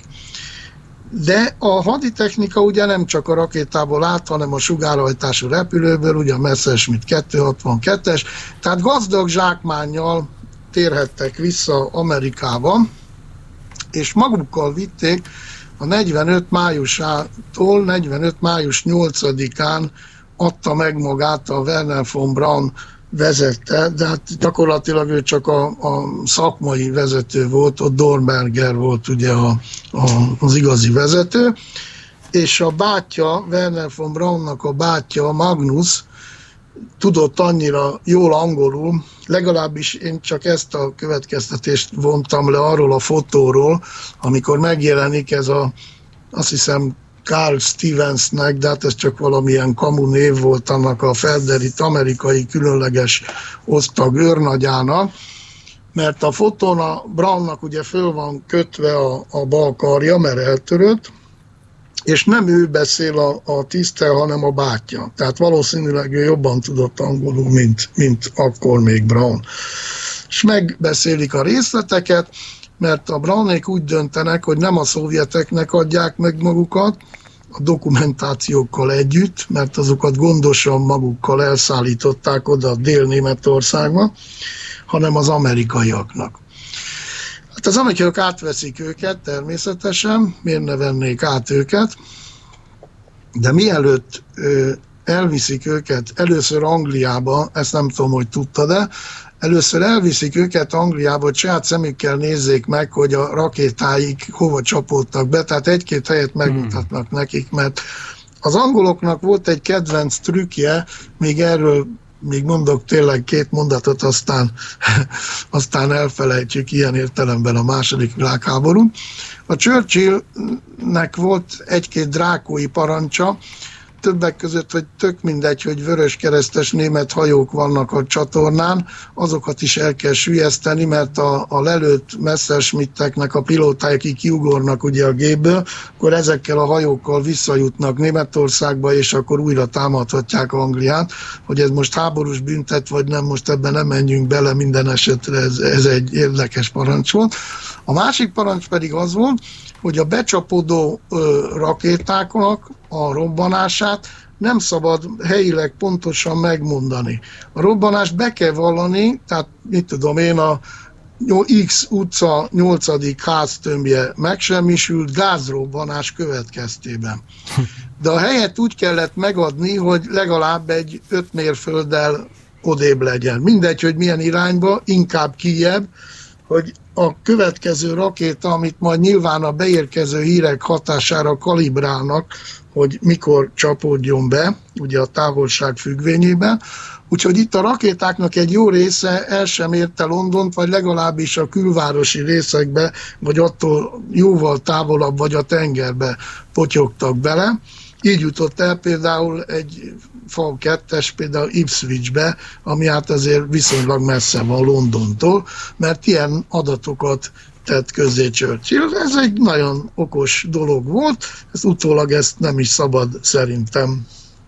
De a haditechnika ugye nem csak a rakétából állt, hanem a sugárhajtású repülőből, ugye a Messerschmitt kétszázhatvankettes, tehát gazdag zsákmánnyal térhettek vissza Amerikába, és magukkal vitték a negyvenöt májusától, negyvenöt május nyolcadikán adta meg magát a Wernher von Braun vezette, de hát gyakorlatilag ő csak a, a szakmai vezető volt, ott Dornberger volt ugye a, a, az igazi vezető, és a bátyja, Wernher von Braunnak a bátyja, Magnus, tudott annyira jól angolul, legalábbis én csak ezt a következtetést vontam le arról a fotóról, amikor megjelenik ez a, azt hiszem, Carl Stevensnek, de hát ez csak valamilyen kamu név volt annak a felderít amerikai különleges osztag őrnagyának, mert a fotón a Braunnak ugye föl van kötve a, a bal karja, mert eltörött, és nem ő beszél a, a tisztel, hanem a bátyja. Tehát valószínűleg ő jobban tudott angolul, mint, mint akkor még Braun. És megbeszélik a részleteket, mert a Braunék úgy döntenek, hogy nem a szovjeteknek adják meg magukat, a dokumentációkkal együtt, mert azokat gondosan magukkal elszállították oda Dél-Németországba, hanem az amerikaiaknak. Hát az amerikaiak átveszik őket természetesen, miért ne vennék át őket, de mielőtt ö, elviszik őket először Angliába, ezt nem tudom, hogy tudtad-e, először elviszik őket Angliába, hogy saját szemükkel nézzék meg, hogy a rakétáik hova csapódtak be, tehát egy-két helyet megmutatnak hmm. nekik, mert az angoloknak volt egy kedvenc trükkje, még erről még mondok tényleg két mondatot, aztán, aztán elfelejtjük ilyen értelemben a második világháború. A Churchillnek volt egy-két drákói parancsa, többek között, hogy tök mindegy, hogy vöröskeresztes német hajók vannak a csatornán, azokat is el kell süllyeszteni, mert a, a lelőtt Messerschmitteknek a pilótái, akik kiugornak ugye a gépből, akkor ezekkel a hajókkal visszajutnak Németországba, és akkor újra támadhatják Angliát. Hogy ez most háborús büntet, vagy nem, most ebben nem menjünk bele, minden esetre ez, ez egy érdekes parancs volt. A másik parancs pedig az volt, hogy a becsapódó ö, rakétáknak a robbanását nem szabad helyileg pontosan megmondani. A robbanást be kell vallani, tehát mit tudom én, a X utca nyolcadik háztömbje megsemmisült gázrobbanás következtében. De a helyet úgy kellett megadni, hogy legalább egy öt mérfölddel odébb legyen. Mindegy, hogy milyen irányba, inkább kijebb, hogy a következő rakéta, amit majd nyilván a beérkező hírek hatására kalibrálnak, hogy mikor csapódjon be, ugye a távolság függvényében. Úgyhogy itt a rakétáknak egy jó része el sem érte Londont, vagy legalábbis a külvárosi részekbe, vagy attól jóval távolabb, vagy a tengerbe potyogtak bele. Így jutott el például egy FAU kettes például Ipswichbe, ami hát azért viszonylag messze van Londontól, mert ilyen adatokat tett közzé Churchill. Ez egy nagyon okos dolog volt, ezt utólag ezt nem is szabad szerintem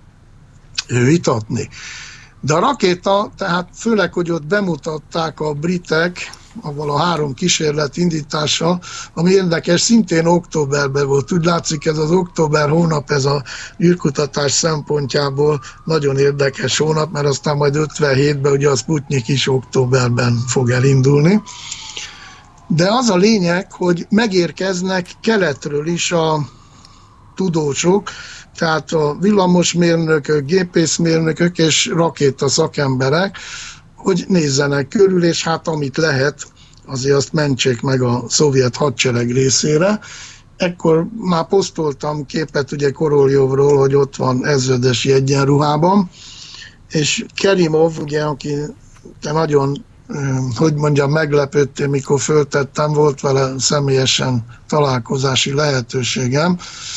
vitatni. De a rakéta, tehát főleg, hogy ott bemutatták a britek, avval a három kísérlet indítása, ami érdekes, szintén októberben volt. Úgy látszik, ez az október hónap, ez a űrkutatás szempontjából nagyon érdekes hónap, mert aztán majd ötvenhétben ugye a Sputnik is októberben fog elindulni. De az a lényeg, hogy megérkeznek keletről is a tudósok, tehát a villamosmérnökök, gépészmérnökök és rakéta szakemberek, hogy nézzenek körül, és hát amit lehet, azért azt mentsék meg a szovjet hadsereg részére. Ekkor már posztoltam képet ugye Koroljovról, hogy ott van ezredesi egyenruhában, és Kerimov, ugye, aki te nagyon, hogy mondjam, meglepődtél, mikor föltettem, volt vele személyesen találkozási lehetőségem,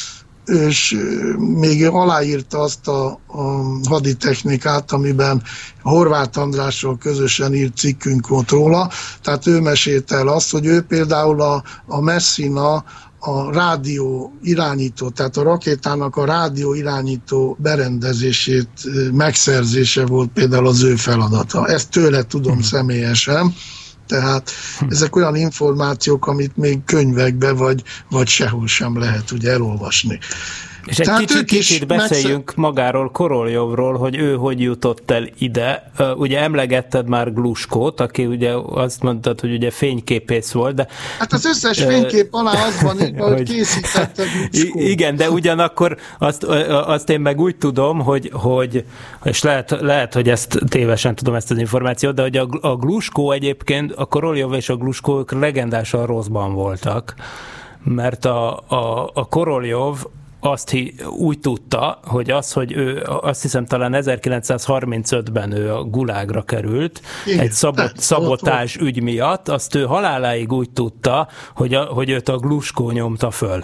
és még aláírta azt a, a haditechnikát, amiben Horváth Andrásról közösen írt cikkünk volt róla, tehát ő mesélte el azt, hogy ő például a, a Messina a rádió irányító, tehát a rakétának a rádió irányító berendezését, megszerzése volt például az ő feladata. Ezt tőle tudom személyesen. Tehát ezek olyan információk, amit még könyvekbe vagy, vagy sehol sem lehet ugye elolvasni. És egy kicsit, kicsit beszéljünk megszer... magáról, Koroljovról, hogy ő hogy jutott el ide. Ugye emlegetted már Gluskót, aki ugye azt mondtad, hogy ugye fényképész volt, de... Hát az összes fénykép alá az van, hogy, hogy készítette Gluskót. Igen, de ugyanakkor azt, azt én meg úgy tudom, hogy, hogy és lehet, lehet, hogy ezt tévesen tudom ezt az információt, de hogy a, a Gluskó egyébként, a Koroljov és a Gluskó ők legendásan rosszban voltak, mert a, a, a Koroljov azt hi, úgy tudta, hogy az, hogy ő, azt hiszem talán ezerkilencszázharmincötben ő a Gulágra került, igen, egy szabot, szabotás ügy miatt, azt ő haláláig úgy tudta, hogy, a, hogy őt a Gluskó nyomta föl.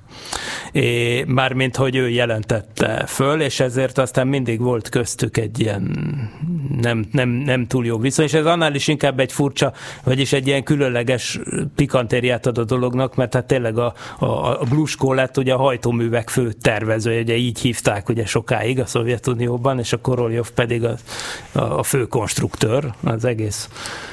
É, mármint, hogy ő jelentette föl, és ezért aztán mindig volt köztük egy ilyen nem, nem, nem túl jó viszony, és ez annál is inkább egy furcsa, vagyis egy ilyen különleges pikantériát ad a dolognak, mert hát tényleg a, a, a Gluskó lett ugye a hajtóművek fő tervezője, ugye így hívták ugye sokáig a Szovjetunióban, és a Koroljov pedig a, a, a fő konstruktőr az egész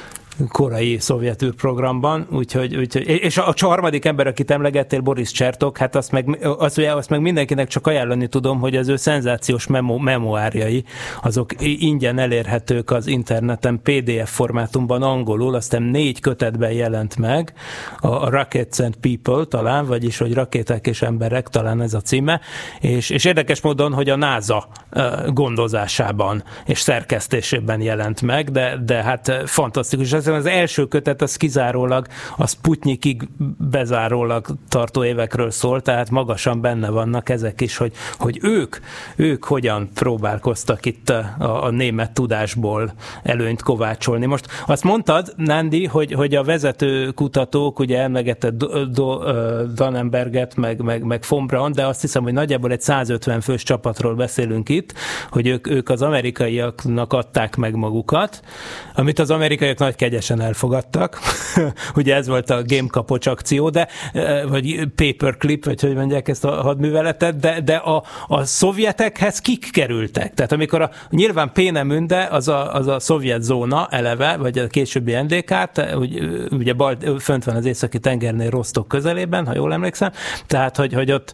korai szovjet űrprogramban, úgyhogy, úgyhogy, és a, a harmadik ember, akit emlegettél, Boris Csertok, hát azt meg, azt, azt meg mindenkinek csak ajánlani tudom, hogy az ő szenzációs memo, memoárjai, azok ingyen elérhetők az interneten pé dé ef formátumban angolul, aztán négy kötetben jelent meg, a Rockets and People talán, vagyis, hogy rakéták és emberek, talán ez a címe, és, és érdekes módon, hogy a NASA gondozásában és szerkesztésében jelent meg, de, de hát fantasztikus. Az első kötet az kizárólag a Sputnikig bezárólag tartó évekről szól, tehát magasan benne vannak ezek is, hogy, hogy ők, ők hogyan próbálkoztak itt a, a német tudásból előnyt kovácsolni. Most azt mondtad, Nándi, hogy, hogy a vezető kutatók, ugye emlegetted Dannenberget, meg, meg, meg von Braun, de azt hiszem, hogy nagyjából egy százötven fős csapatról beszélünk itt, hogy ők, ők az amerikaiaknak adták meg magukat, amit az amerikaiak nagy kegyesen elfogadtak. Ugye ez volt a Game Kapocs akció, de, vagy Paperclip, vagy hogy mondják ezt a hadműveletet, de, de a, a szovjetekhez kik kerültek? Tehát amikor a, nyilván Peenemünde, az a, az a szovjet zóna eleve, vagy a későbbi en dé ká, ugye bal, fönt van az északi tengernél Rostok közelében, ha jól emlékszem, tehát hogy, hogy ott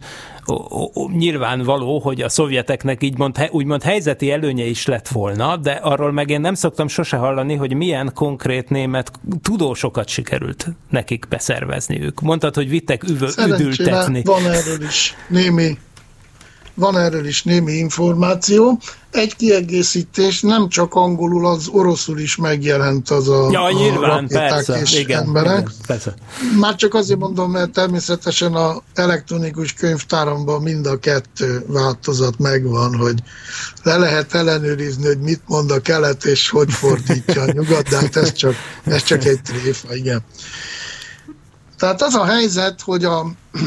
nyilvánvaló, hogy a szovjeteknek így mond, úgymond helyzeti előnye is lett volna, de arról meg én nem szoktam sose hallani, hogy milyen konkrét német tudósokat sikerült nekik beszervezniük. Mondtad, hogy vittek üvö, üdültetni. Van erről is némi, van erről is némi információ. Egy kiegészítés, nem csak angolul, az oroszul is megjelent az a, ja, nyilván, a rakéták persze, és igen, emberek. Igen, persze. Már csak azért mondom, mert természetesen az elektronikus könyvtáramban mind a kettő változat megvan, hogy le lehet ellenőrizni, hogy mit mond a kelet, és hogy fordítja a nyugat, de hát ez csak, ez csak egy tréfa, igen. Tehát az a helyzet, hogy a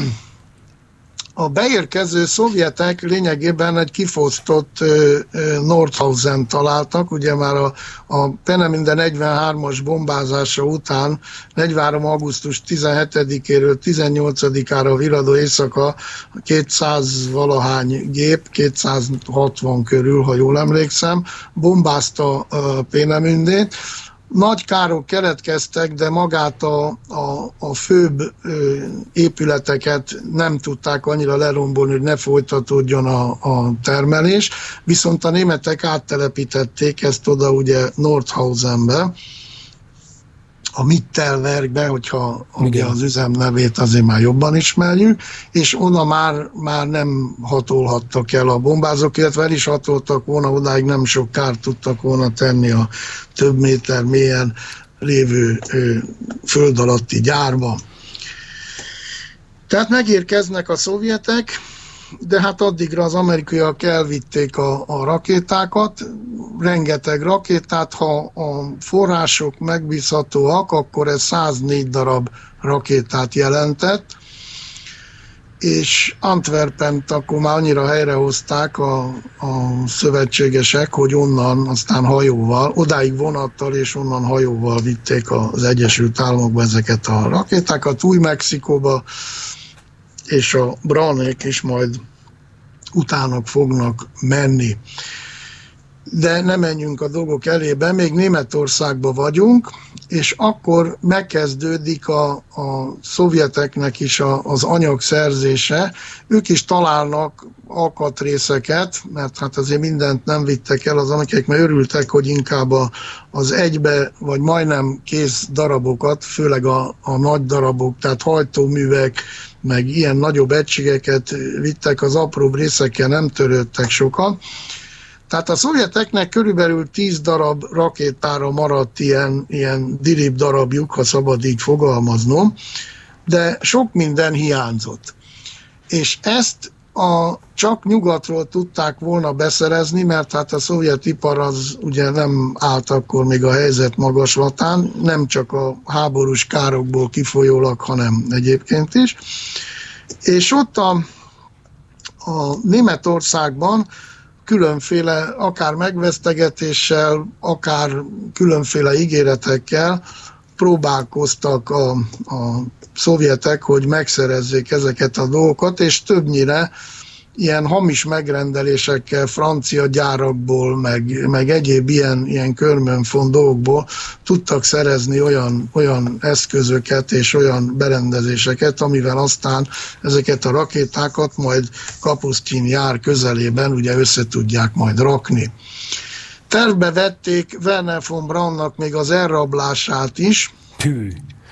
A beérkező szovjetek lényegében egy kifosztott uh, Nordhausen találtak, ugye már a, a Peenemünde negyvenhármas bombázása után negyvenhárom. augusztus tizenhetedikéről tizennyolcadikára viradó éjszaka kétszáz valahány gép, kétszázhatvan körül, ha jól emlékszem, bombázta uh, Peenemündét. Nagy károk keletkeztek, de magát a, a, a főbb ö, épületeket nem tudták annyira lerombolni, hogy ne folytatódjon a, a termelés, viszont a németek áttelepítették ezt oda ugye Nordhausenbe, a Mittelwerkbe, hogyha ugye az üzem nevét azért már jobban ismerjük, és onnan már, már nem hatolhattak el a bombázók, illetve el is hatoltak volna, odáig nem sok kárt tudtak volna tenni a több méter mélyen lévő ö, föld alatti gyárba. Tehát megérkeznek a szovjetek, de hát addigra az amerikaiak elvitték a, a rakétákat, rengeteg rakétát, ha a források megbízhatóak, akkor ez száznégy darab rakétát jelentett, és Antwerpent akkor már annyira helyrehozták a, a szövetségesek, hogy onnan aztán hajóval, odáig vonattal és onnan hajóval vitték az Egyesült Államokba ezeket a rakétákat, Új-Mexikóba, és a Brownék is majd utánok fognak menni. De ne menjünk a dolgok elébe, még Németországban vagyunk, és akkor megkezdődik a, a szovjeteknek is a, az anyagszerzése. Ők is találnak alkatrészeket, mert hát azért mindent nem vittek el az amerikaiak, mert örültek, hogy inkább a, az egybe, vagy majdnem kész darabokat, főleg a, a nagy darabok, tehát hajtóművek, meg ilyen nagyobb egységeket vittek, az apróbb részekkel nem törődtek sokat. Tehát a szovjeteknek körülbelül tíz darab rakétára maradt ilyen, ilyen dirib darabjuk, ha szabad így fogalmaznom, de sok minden hiányzott. És ezt a, csak nyugatról tudták volna beszerezni, mert hát a szovjet ipar az ugye nem állt akkor még a helyzet magaslatán, nem csak a háborús károkból kifolyólag, hanem egyébként is. És ott a, a Németországban különféle, akár megvesztegetéssel, akár különféle ígéretekkel próbálkoztak a, a szovjetek, hogy megszerezzék ezeket a dolgokat, és többnyire ilyen hamis megrendelésekkel, francia gyárakból, meg, meg egyéb ilyen, ilyen körmönfon dolgokból tudtak szerezni olyan, olyan eszközöket és olyan berendezéseket, amivel aztán ezeket a rakétákat majd Kapusztin jár közelében ugye össze tudják majd rakni. Tervbe vették Wernher von Braunnak még az elrablását is. Tű.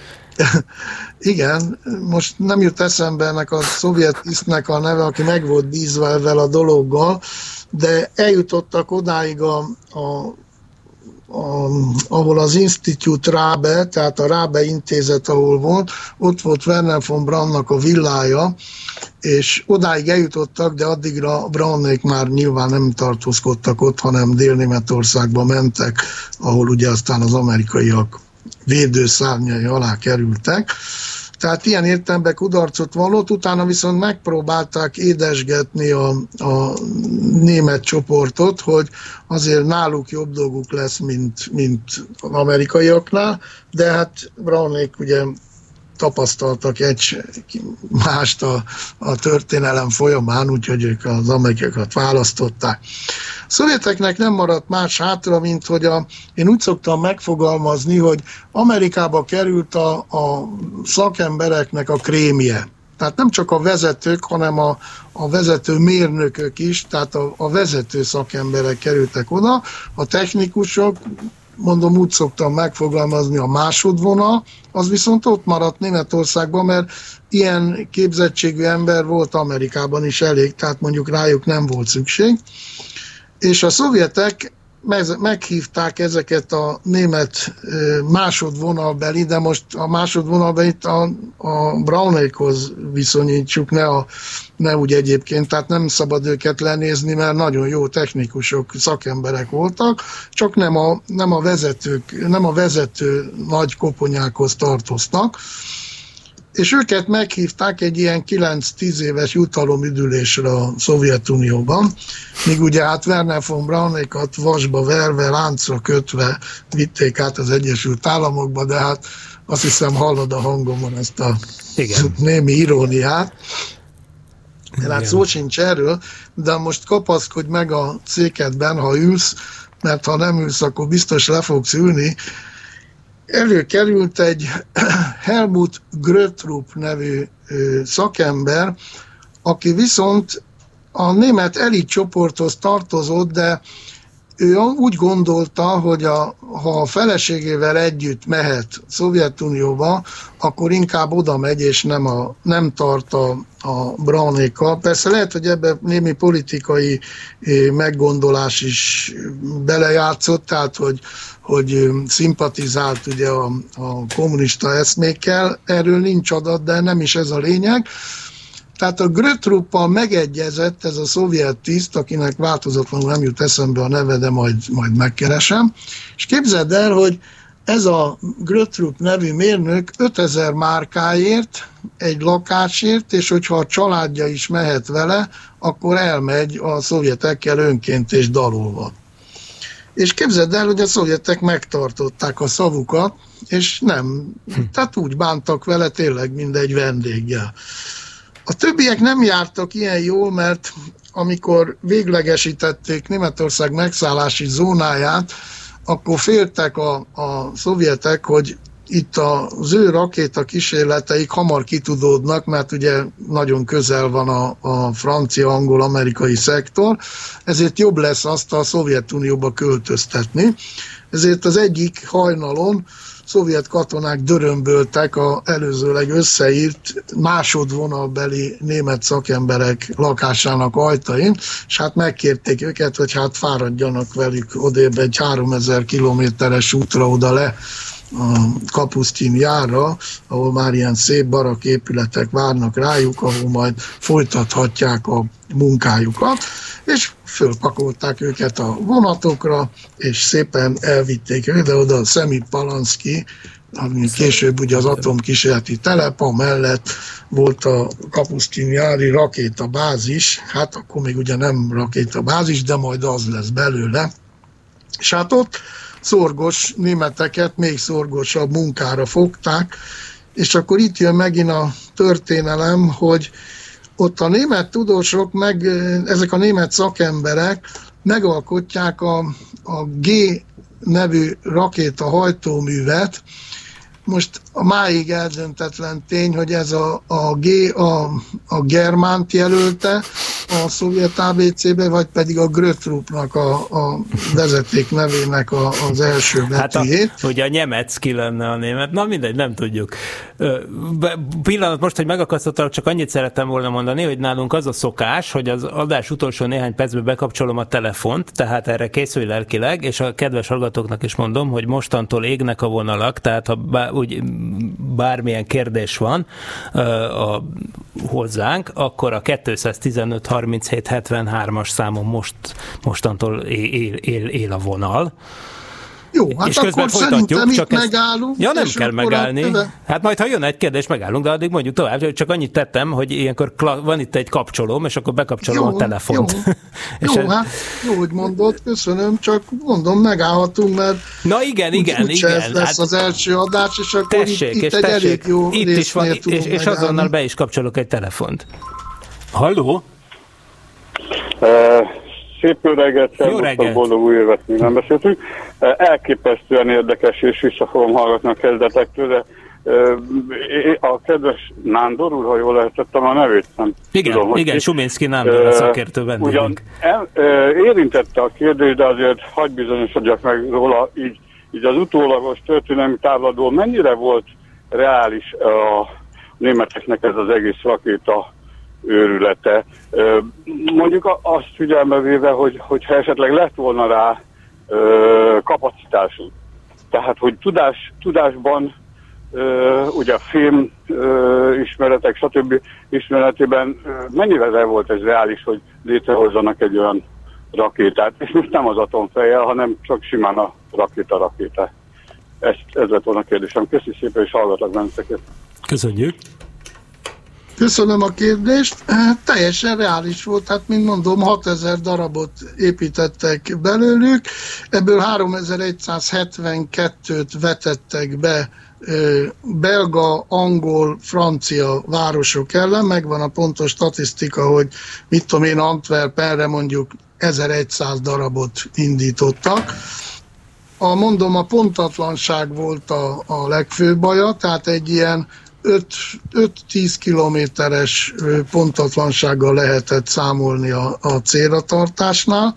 Igen, most nem jut eszembe ennek a szovjet tisztnek a neve, aki meg volt bízva ezzel a dologgal, de eljutottak odáig, a, a, a, ahol az Institute Rabe, tehát a Rabe intézet, ahol volt, ott volt Wernher von Braunnak a villája, és odáig eljutottak, de addigra Braunék már nyilván nem tartózkodtak ott, hanem Dél-Németországba mentek, ahol ugye aztán az amerikaiak védőszárnyai alá kerültek. Tehát ilyen értelemben kudarcot vallott, utána viszont megpróbálták édesgetni a, a német csoportot, hogy azért náluk jobb dolguk lesz, mint, mint az amerikaiaknál, de hát Braunék ugye tapasztaltak egy mást a, a történelem folyamán, úgyhogy ők az amerikaiakat választották. A szovjeteknek nem maradt más hátra, mint hogy a, én úgy szoktam megfogalmazni, hogy Amerikába került a, a szakembereknek a krémje. Tehát nem csak a vezetők, hanem a, a vezető mérnökök is, tehát a, a vezető szakemberek kerültek oda, a technikusok mondom, úgy szoktam megfogalmazni, a másodvonal, az viszont ott maradt Németországban, mert ilyen képzettségű ember volt Amerikában is elég, tehát mondjuk rájuk nem volt szükség. És a szovjetek meghívták ezeket a német másodvonalbeli, de most a másodvonalbelit a, a Brownékhoz viszonyítsuk, ne, a, ne úgy egyébként, tehát nem szabad őket lenézni, mert nagyon jó technikusok, szakemberek voltak, csak nem a, nem a vezetők, nem a vezető nagy koponyákhoz tartoztak. És őket meghívták egy ilyen kilenc-tíz éves jutalomüdülésre a Szovjetunióban, míg ugye hát Wernher von Braunékat vasba verve, láncra kötve vitték át az Egyesült Államokba, de hát azt hiszem hallod a hangomon ezt a Igen. némi iróniát. Igen. Hát szó sincs erről, de most kapaszkodj meg a székedben, ha ülsz, mert ha nem ülsz, akkor biztos le fogsz ülni. Előkerült egy Helmut Gröttrup nevű szakember, aki viszont a német elit csoporthoz tartozott, de ő úgy gondolta, hogy a, ha a feleségével együtt mehet Szovjetunióba, akkor inkább oda megy, és nem, a, nem tart a, a Braunékkal. Persze lehet, hogy ebben némi politikai meggondolás is belejátszott, tehát hogy, hogy szimpatizált ugye a, a kommunista eszmékkel. Erről nincs adat, de nem is ez a lényeg. Tehát a Gröttruppal megegyezett ez a szovjet tiszt, akinek változatlanul nem jut eszembe a neve, de majd, majd megkeresem. És képzeld el, hogy ez a Gröttrup nevű mérnök ötezer márkáért, egy lakásért, és hogyha a családja is mehet vele, akkor elmegy a szovjetekkel önként és dalolva. És képzeld el, hogy a szovjetek megtartották a szavukat, és nem, tehát úgy bántak vele tényleg, mint egy vendéggel. A többiek nem jártak ilyen jól, mert amikor véglegesítették Németország megszállási zónáját, akkor féltek a, a szovjetek, hogy itt az ő rakéta kísérleteik hamar kitudódnak, mert ugye nagyon közel van a, a francia, angol, amerikai szektor, ezért jobb lesz azt a Szovjetunióba költöztetni. Ezért az egyik hajnalon szovjet katonák dörömböltek az előzőleg összeírt másodvonalbeli német szakemberek lakásának ajtain, és hát megkérték őket, hogy hát fáradjanak velük odébb egy háromezer kilométeres útra oda le a Kapusztin járra, ahol már ilyen szép barak épületek várnak rájuk, ahol majd folytathatják a munkájukat, és fölpakolták őket a vonatokra, és szépen elvitték őket oda a Szemipalanszki, ami később ugye az atomkísérleti telep, amellett volt a Kapusztin-jári rakétabázis, hát akkor még ugye nem rakétabázis, de majd az lesz belőle. És hát ott szorgos németeket még szorgosabb munkára fogták, és akkor itt jön megint a történelem, hogy ott a német tudósok, meg ezek a német szakemberek megalkotják a, a G nevű rakéta hajtóművet. Most a máig eldöntetlen tény, hogy ez a, a G a, a Germánt jelölte a szovjet á bé cé-be, vagy pedig a Gröttrupnak a, a vezeték nevének a, az első betűjét. Hát a, ugye a Nyemecki lenne a német, na mindegy, nem tudjuk. Pillanat most, hogy megakasztottalak, csak annyit szerettem volna mondani, hogy nálunk az a szokás, hogy az adás utolsó néhány percben bekapcsolom a telefont, tehát erre készülj lelkileg, és a kedves hallgatóknak is mondom, hogy mostantól égnek a vonalak, tehát ha bár, úgy, bármilyen kérdés van uh, a, hozzánk, akkor a kétszáztizenöt harminchét hetvenhármas számon most, mostantól él, él, él a vonal. Jó, hát és akkor szerintem itt csak megállunk. Ja, nem kell megállni. Teve... Hát majd, ha jön egy kérdés, megállunk, de addig mondjuk tovább. Csak annyit tettem, hogy ilyenkor kla- van itt egy kapcsolóm, és akkor bekapcsolom jó, a telefont. Jó, és jó hát jó, hogy mondod, köszönöm, csak mondom, megállhatunk, mert na igen, igen, úgy, igen. Ez lesz hát az első adás, és akkor tessék, itt, itt és egy tessék, elég jó itt is van, és, és azonnal be is kapcsolok egy telefont. Halló? Uh... Szép jó reggelt, szervusztok, boldog új évet, még nem beszéltünk. Elképesztően érdekes, és vissza fogom hallgatni a kezdetektől, de a kedves Nándor úr, ha jól lehetettem a nevét, nem igen, tudom, igen, Suminski Nándor a szakértő vendégünk. Ugyan el, érintette a kérdést, de azért hagy bizonyosodjak meg róla, így így az utólagos történelmi távlatból mennyire volt reális a németeknek ez az egész rakéta őrülete. Mondjuk azt figyelme véve, hogy, hogyha esetleg lett volna rá kapacitásunk. Tehát, hogy tudás, tudásban, ugye a film ismeretek, stb. Ismeretében mennyire volt ez reális, hogy létrehozzanak egy olyan rakétát, és most nem az atomfejjel, hanem csak simán a rakéta-rakéta. Ez, ez lett volna a kérdésem. Köszönjük szépen, és hallgatlak benneteket. Köszönjük. Köszönöm a kérdést. Teljesen reális volt, hát mint mondom, hatezer darabot építettek belőlük, ebből háromezer-egyszázhetvenkettőt vetettek be belga, angol, francia városok ellen, megvan a pontos statisztika, hogy mit tudom én, Antwerpenre mondjuk ezeregyszáz darabot indítottak. A, mondom, a pontatlanság volt a, a legfőbb baja, tehát egy ilyen öt-tíz kilométeres pontatlansággal lehetett számolni a, a célra tartásnál,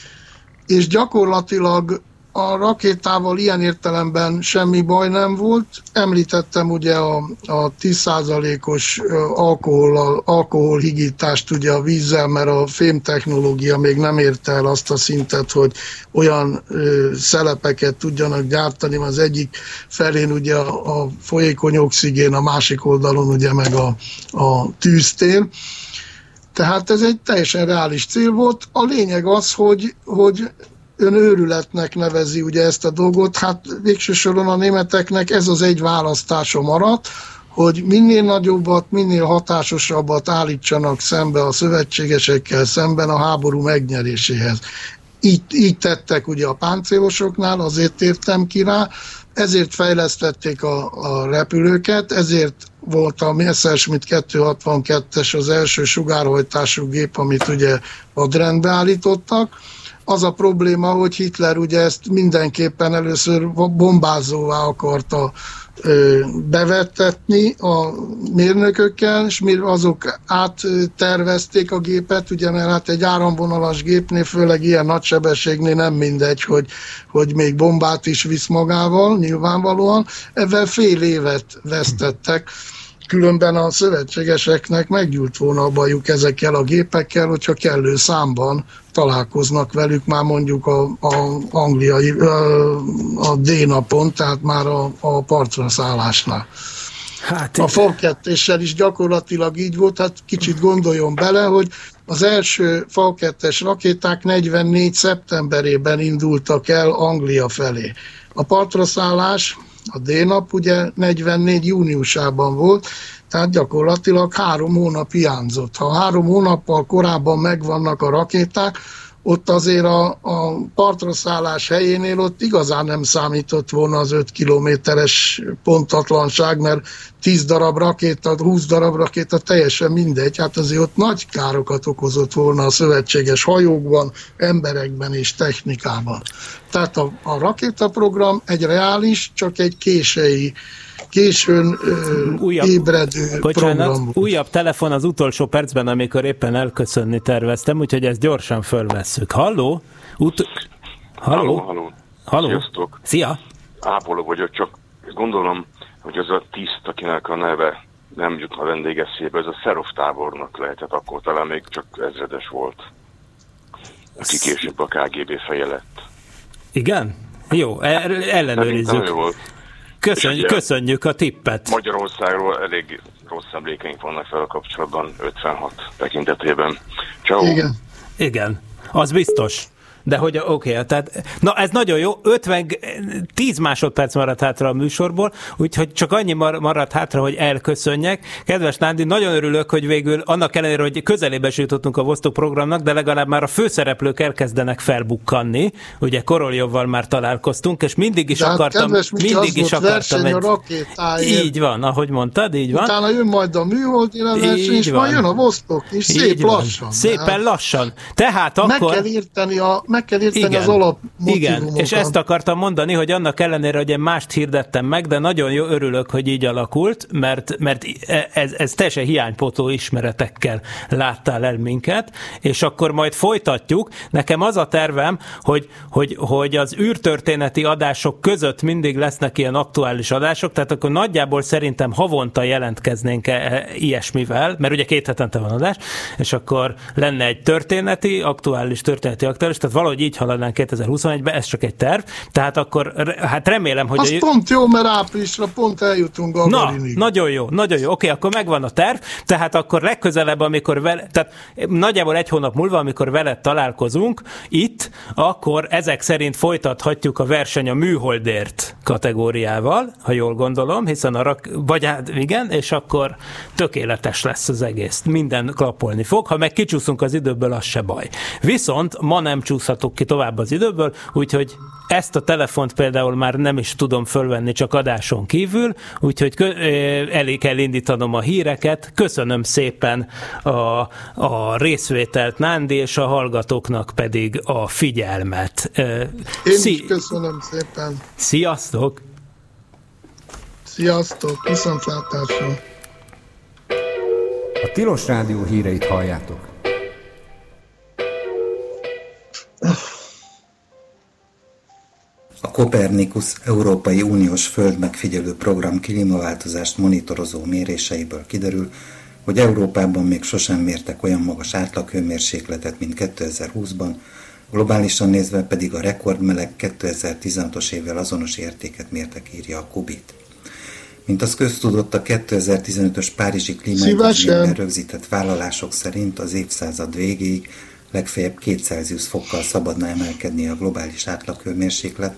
és gyakorlatilag a rakétával ilyen értelemben semmi baj nem volt. Említettem ugye a, a tíz százalékos alkohol, alkoholhigítást ugye a vízzel, mert a fémtechnológia még nem érte el azt a szintet, hogy olyan ö, szelepeket tudjanak gyártani. Az egyik felén ugye a, a folyékony oxigén, a másik oldalon ugye meg a, a tűztér. Tehát ez egy teljesen reális cél volt. A lényeg az, hogy, hogy ön őrületnek nevezi ugye ezt a dolgot, hát végső soron a németeknek ez az egy választása maradt, hogy minél nagyobbat, minél hatásosabbat állítsanak szembe a szövetségesekkel szemben a háború megnyeréséhez. Így, így tettek ugye a páncélosoknál, azért tértem ki rá, ezért fejlesztették a, a repülőket, ezért volt a Messerschmitt kétszázhatvankettes az első sugárhajtású gép, amit ugye hadrendbe állítottak. Az a probléma, hogy Hitler ugye ezt mindenképpen először bombázóvá akarta ö, bevettetni a mérnökökkel, és mire azok áttervezték a gépet, ugye, mert hát egy áramvonalas gépnél, főleg ilyen nagy sebességnél nem mindegy, hogy, hogy még bombát is visz magával, nyilvánvalóan. Ezzel fél évet vesztettek. Különben a szövetségeseknek meggyűlt volna a bajuk ezekkel a gépekkel, hogyha kellő számban találkoznak velük már mondjuk a, a angliai, a D-napon, tehát már a, a partra szállásnál. Hát, a Falkettéssel is gyakorlatilag így volt, hát kicsit gondoljon bele, hogy az első Falkettes rakéták negyvennégy szeptemberében indultak el Anglia felé. A partra szállás, a D-nap ugye negyvennégy júniusában volt, tehát gyakorlatilag három hónap hiányzott. Ha három hónappal korábban megvannak a rakéták, ott azért a, a partra szállás helyénél ott igazán nem számított volna az öt kilométeres pontatlanság, mert tíz darab rakéta, húsz darab rakéta, teljesen mindegy. Hát azért ott nagy károkat okozott volna a szövetséges hajókban, emberekben és technikában. Tehát a, a rakétaprogram egy reális, csak egy késői későn ö, újabb, ébredő bocsánat, program. Újabb telefon az utolsó percben, amikor éppen elköszönni terveztem, úgyhogy ezt gyorsan fölvesszük. Halló? Ut- halló? Halló, halló. Halló? Sziasztok. Szia! Ápoló vagyok, csak gondolom, hogy az a tiszt, akinek a neve nem jut a vendégeszébe, ez a Szerov tábornok lehetett, akkor talán még csak ezredes volt, aki később a ká gé bé feje lett. Igen? Jó, ellenőrizzük. Köszönjük, köszönjük a tippet. Magyarországról elég rossz emlékeink vannak fel a kapcsolatban ötvenhat tekintetében. Ciao. Igen. Igen, az biztos. De hogy oké, okay, tehát, na ez nagyon jó, ötven, tíz másodperc maradt hátra a műsorból, úgyhogy csak annyi maradt hátra, hogy elköszönjek. Kedves Nándi, nagyon örülök, hogy végül annak ellenére, hogy közelébe jutottunk a Vostok programnak, de legalább már a főszereplők elkezdenek felbukkanni. Ugye Koroljovval már találkoztunk, és mindig is de akartam, hát, mindig is akartam egy... a rakétáért. Így van, ahogy mondtad, így van. Utána jön majd a műholdi verseny, és majd jön a Vostok is, szép így lassan. Van. Szépen hát, lassan. Tehát akkor... Meg kell érteni a meg kell érteni igen, az alapmotívumokat. Igen, és ezt akartam mondani, hogy annak ellenére, hogy én mást hirdettem meg, de nagyon jó örülök, hogy így alakult, mert, mert ez, ez teljesen hiánypótló ismeretekkel láttál el minket, és akkor majd folytatjuk. Nekem az a tervem, hogy, hogy, hogy az űrtörténeti adások között mindig lesznek ilyen aktuális adások, tehát akkor nagyjából szerintem havonta jelentkeznénk ilyesmivel, mert ugye két hetente van adás, és akkor lenne egy történeti, aktuális, történeti, aktuális, tehát valahogy így haladnánk kétezer-huszonegybe, ez csak egy terv, tehát akkor hát remélem, hogy... Az a... pont jó, mert áprilisra pont eljutunk Gagarinig. Na, nagyon jó, nagyon jó, oké, akkor megvan a terv, tehát akkor legközelebb, amikor vele, tehát nagyjából egy hónap múlva, amikor veled találkozunk itt, akkor ezek szerint folytathatjuk a verseny a műholdért kategóriával, ha jól gondolom, hiszen a rak... vagy hát igen, és akkor tökéletes lesz az egész. Minden klappolni fog, ha meg kicsúszunk az időből, az se baj. Viszont ma nem csúszhatok ki tovább az időből, úgyhogy ezt a telefont például már nem is tudom fölvenni, csak adáson kívül, úgyhogy kö- elég kell indítanom a híreket. Köszönöm szépen a, a részvételt, Nándi, és a hallgatóknak pedig a figyelmet. Én Szí- is köszönöm szépen. Sziasztok! Sziasztok! Viszontlátásra! A Tilos Rádió híreit halljátok. A Copernicus Európai Uniós Földmegfigyelő Program klímaváltozást monitorozó méréseiből kiderül, hogy Európában még sosem mértek olyan magas átlaghőmérsékletet, mint kétezer-húszban, globálisan nézve pedig a rekordmeleg kétezer-tizenhatos évvel azonos értéket mértek, írja a Kubit. Mint az köztudott, a kétezer-tizenötös Párizsi klímaegyezményben rögzített vállalások szerint az évszázad végéig legfeljebb két Celsius fokkal szabadna emelkedni a globális átlaghőmérséklet,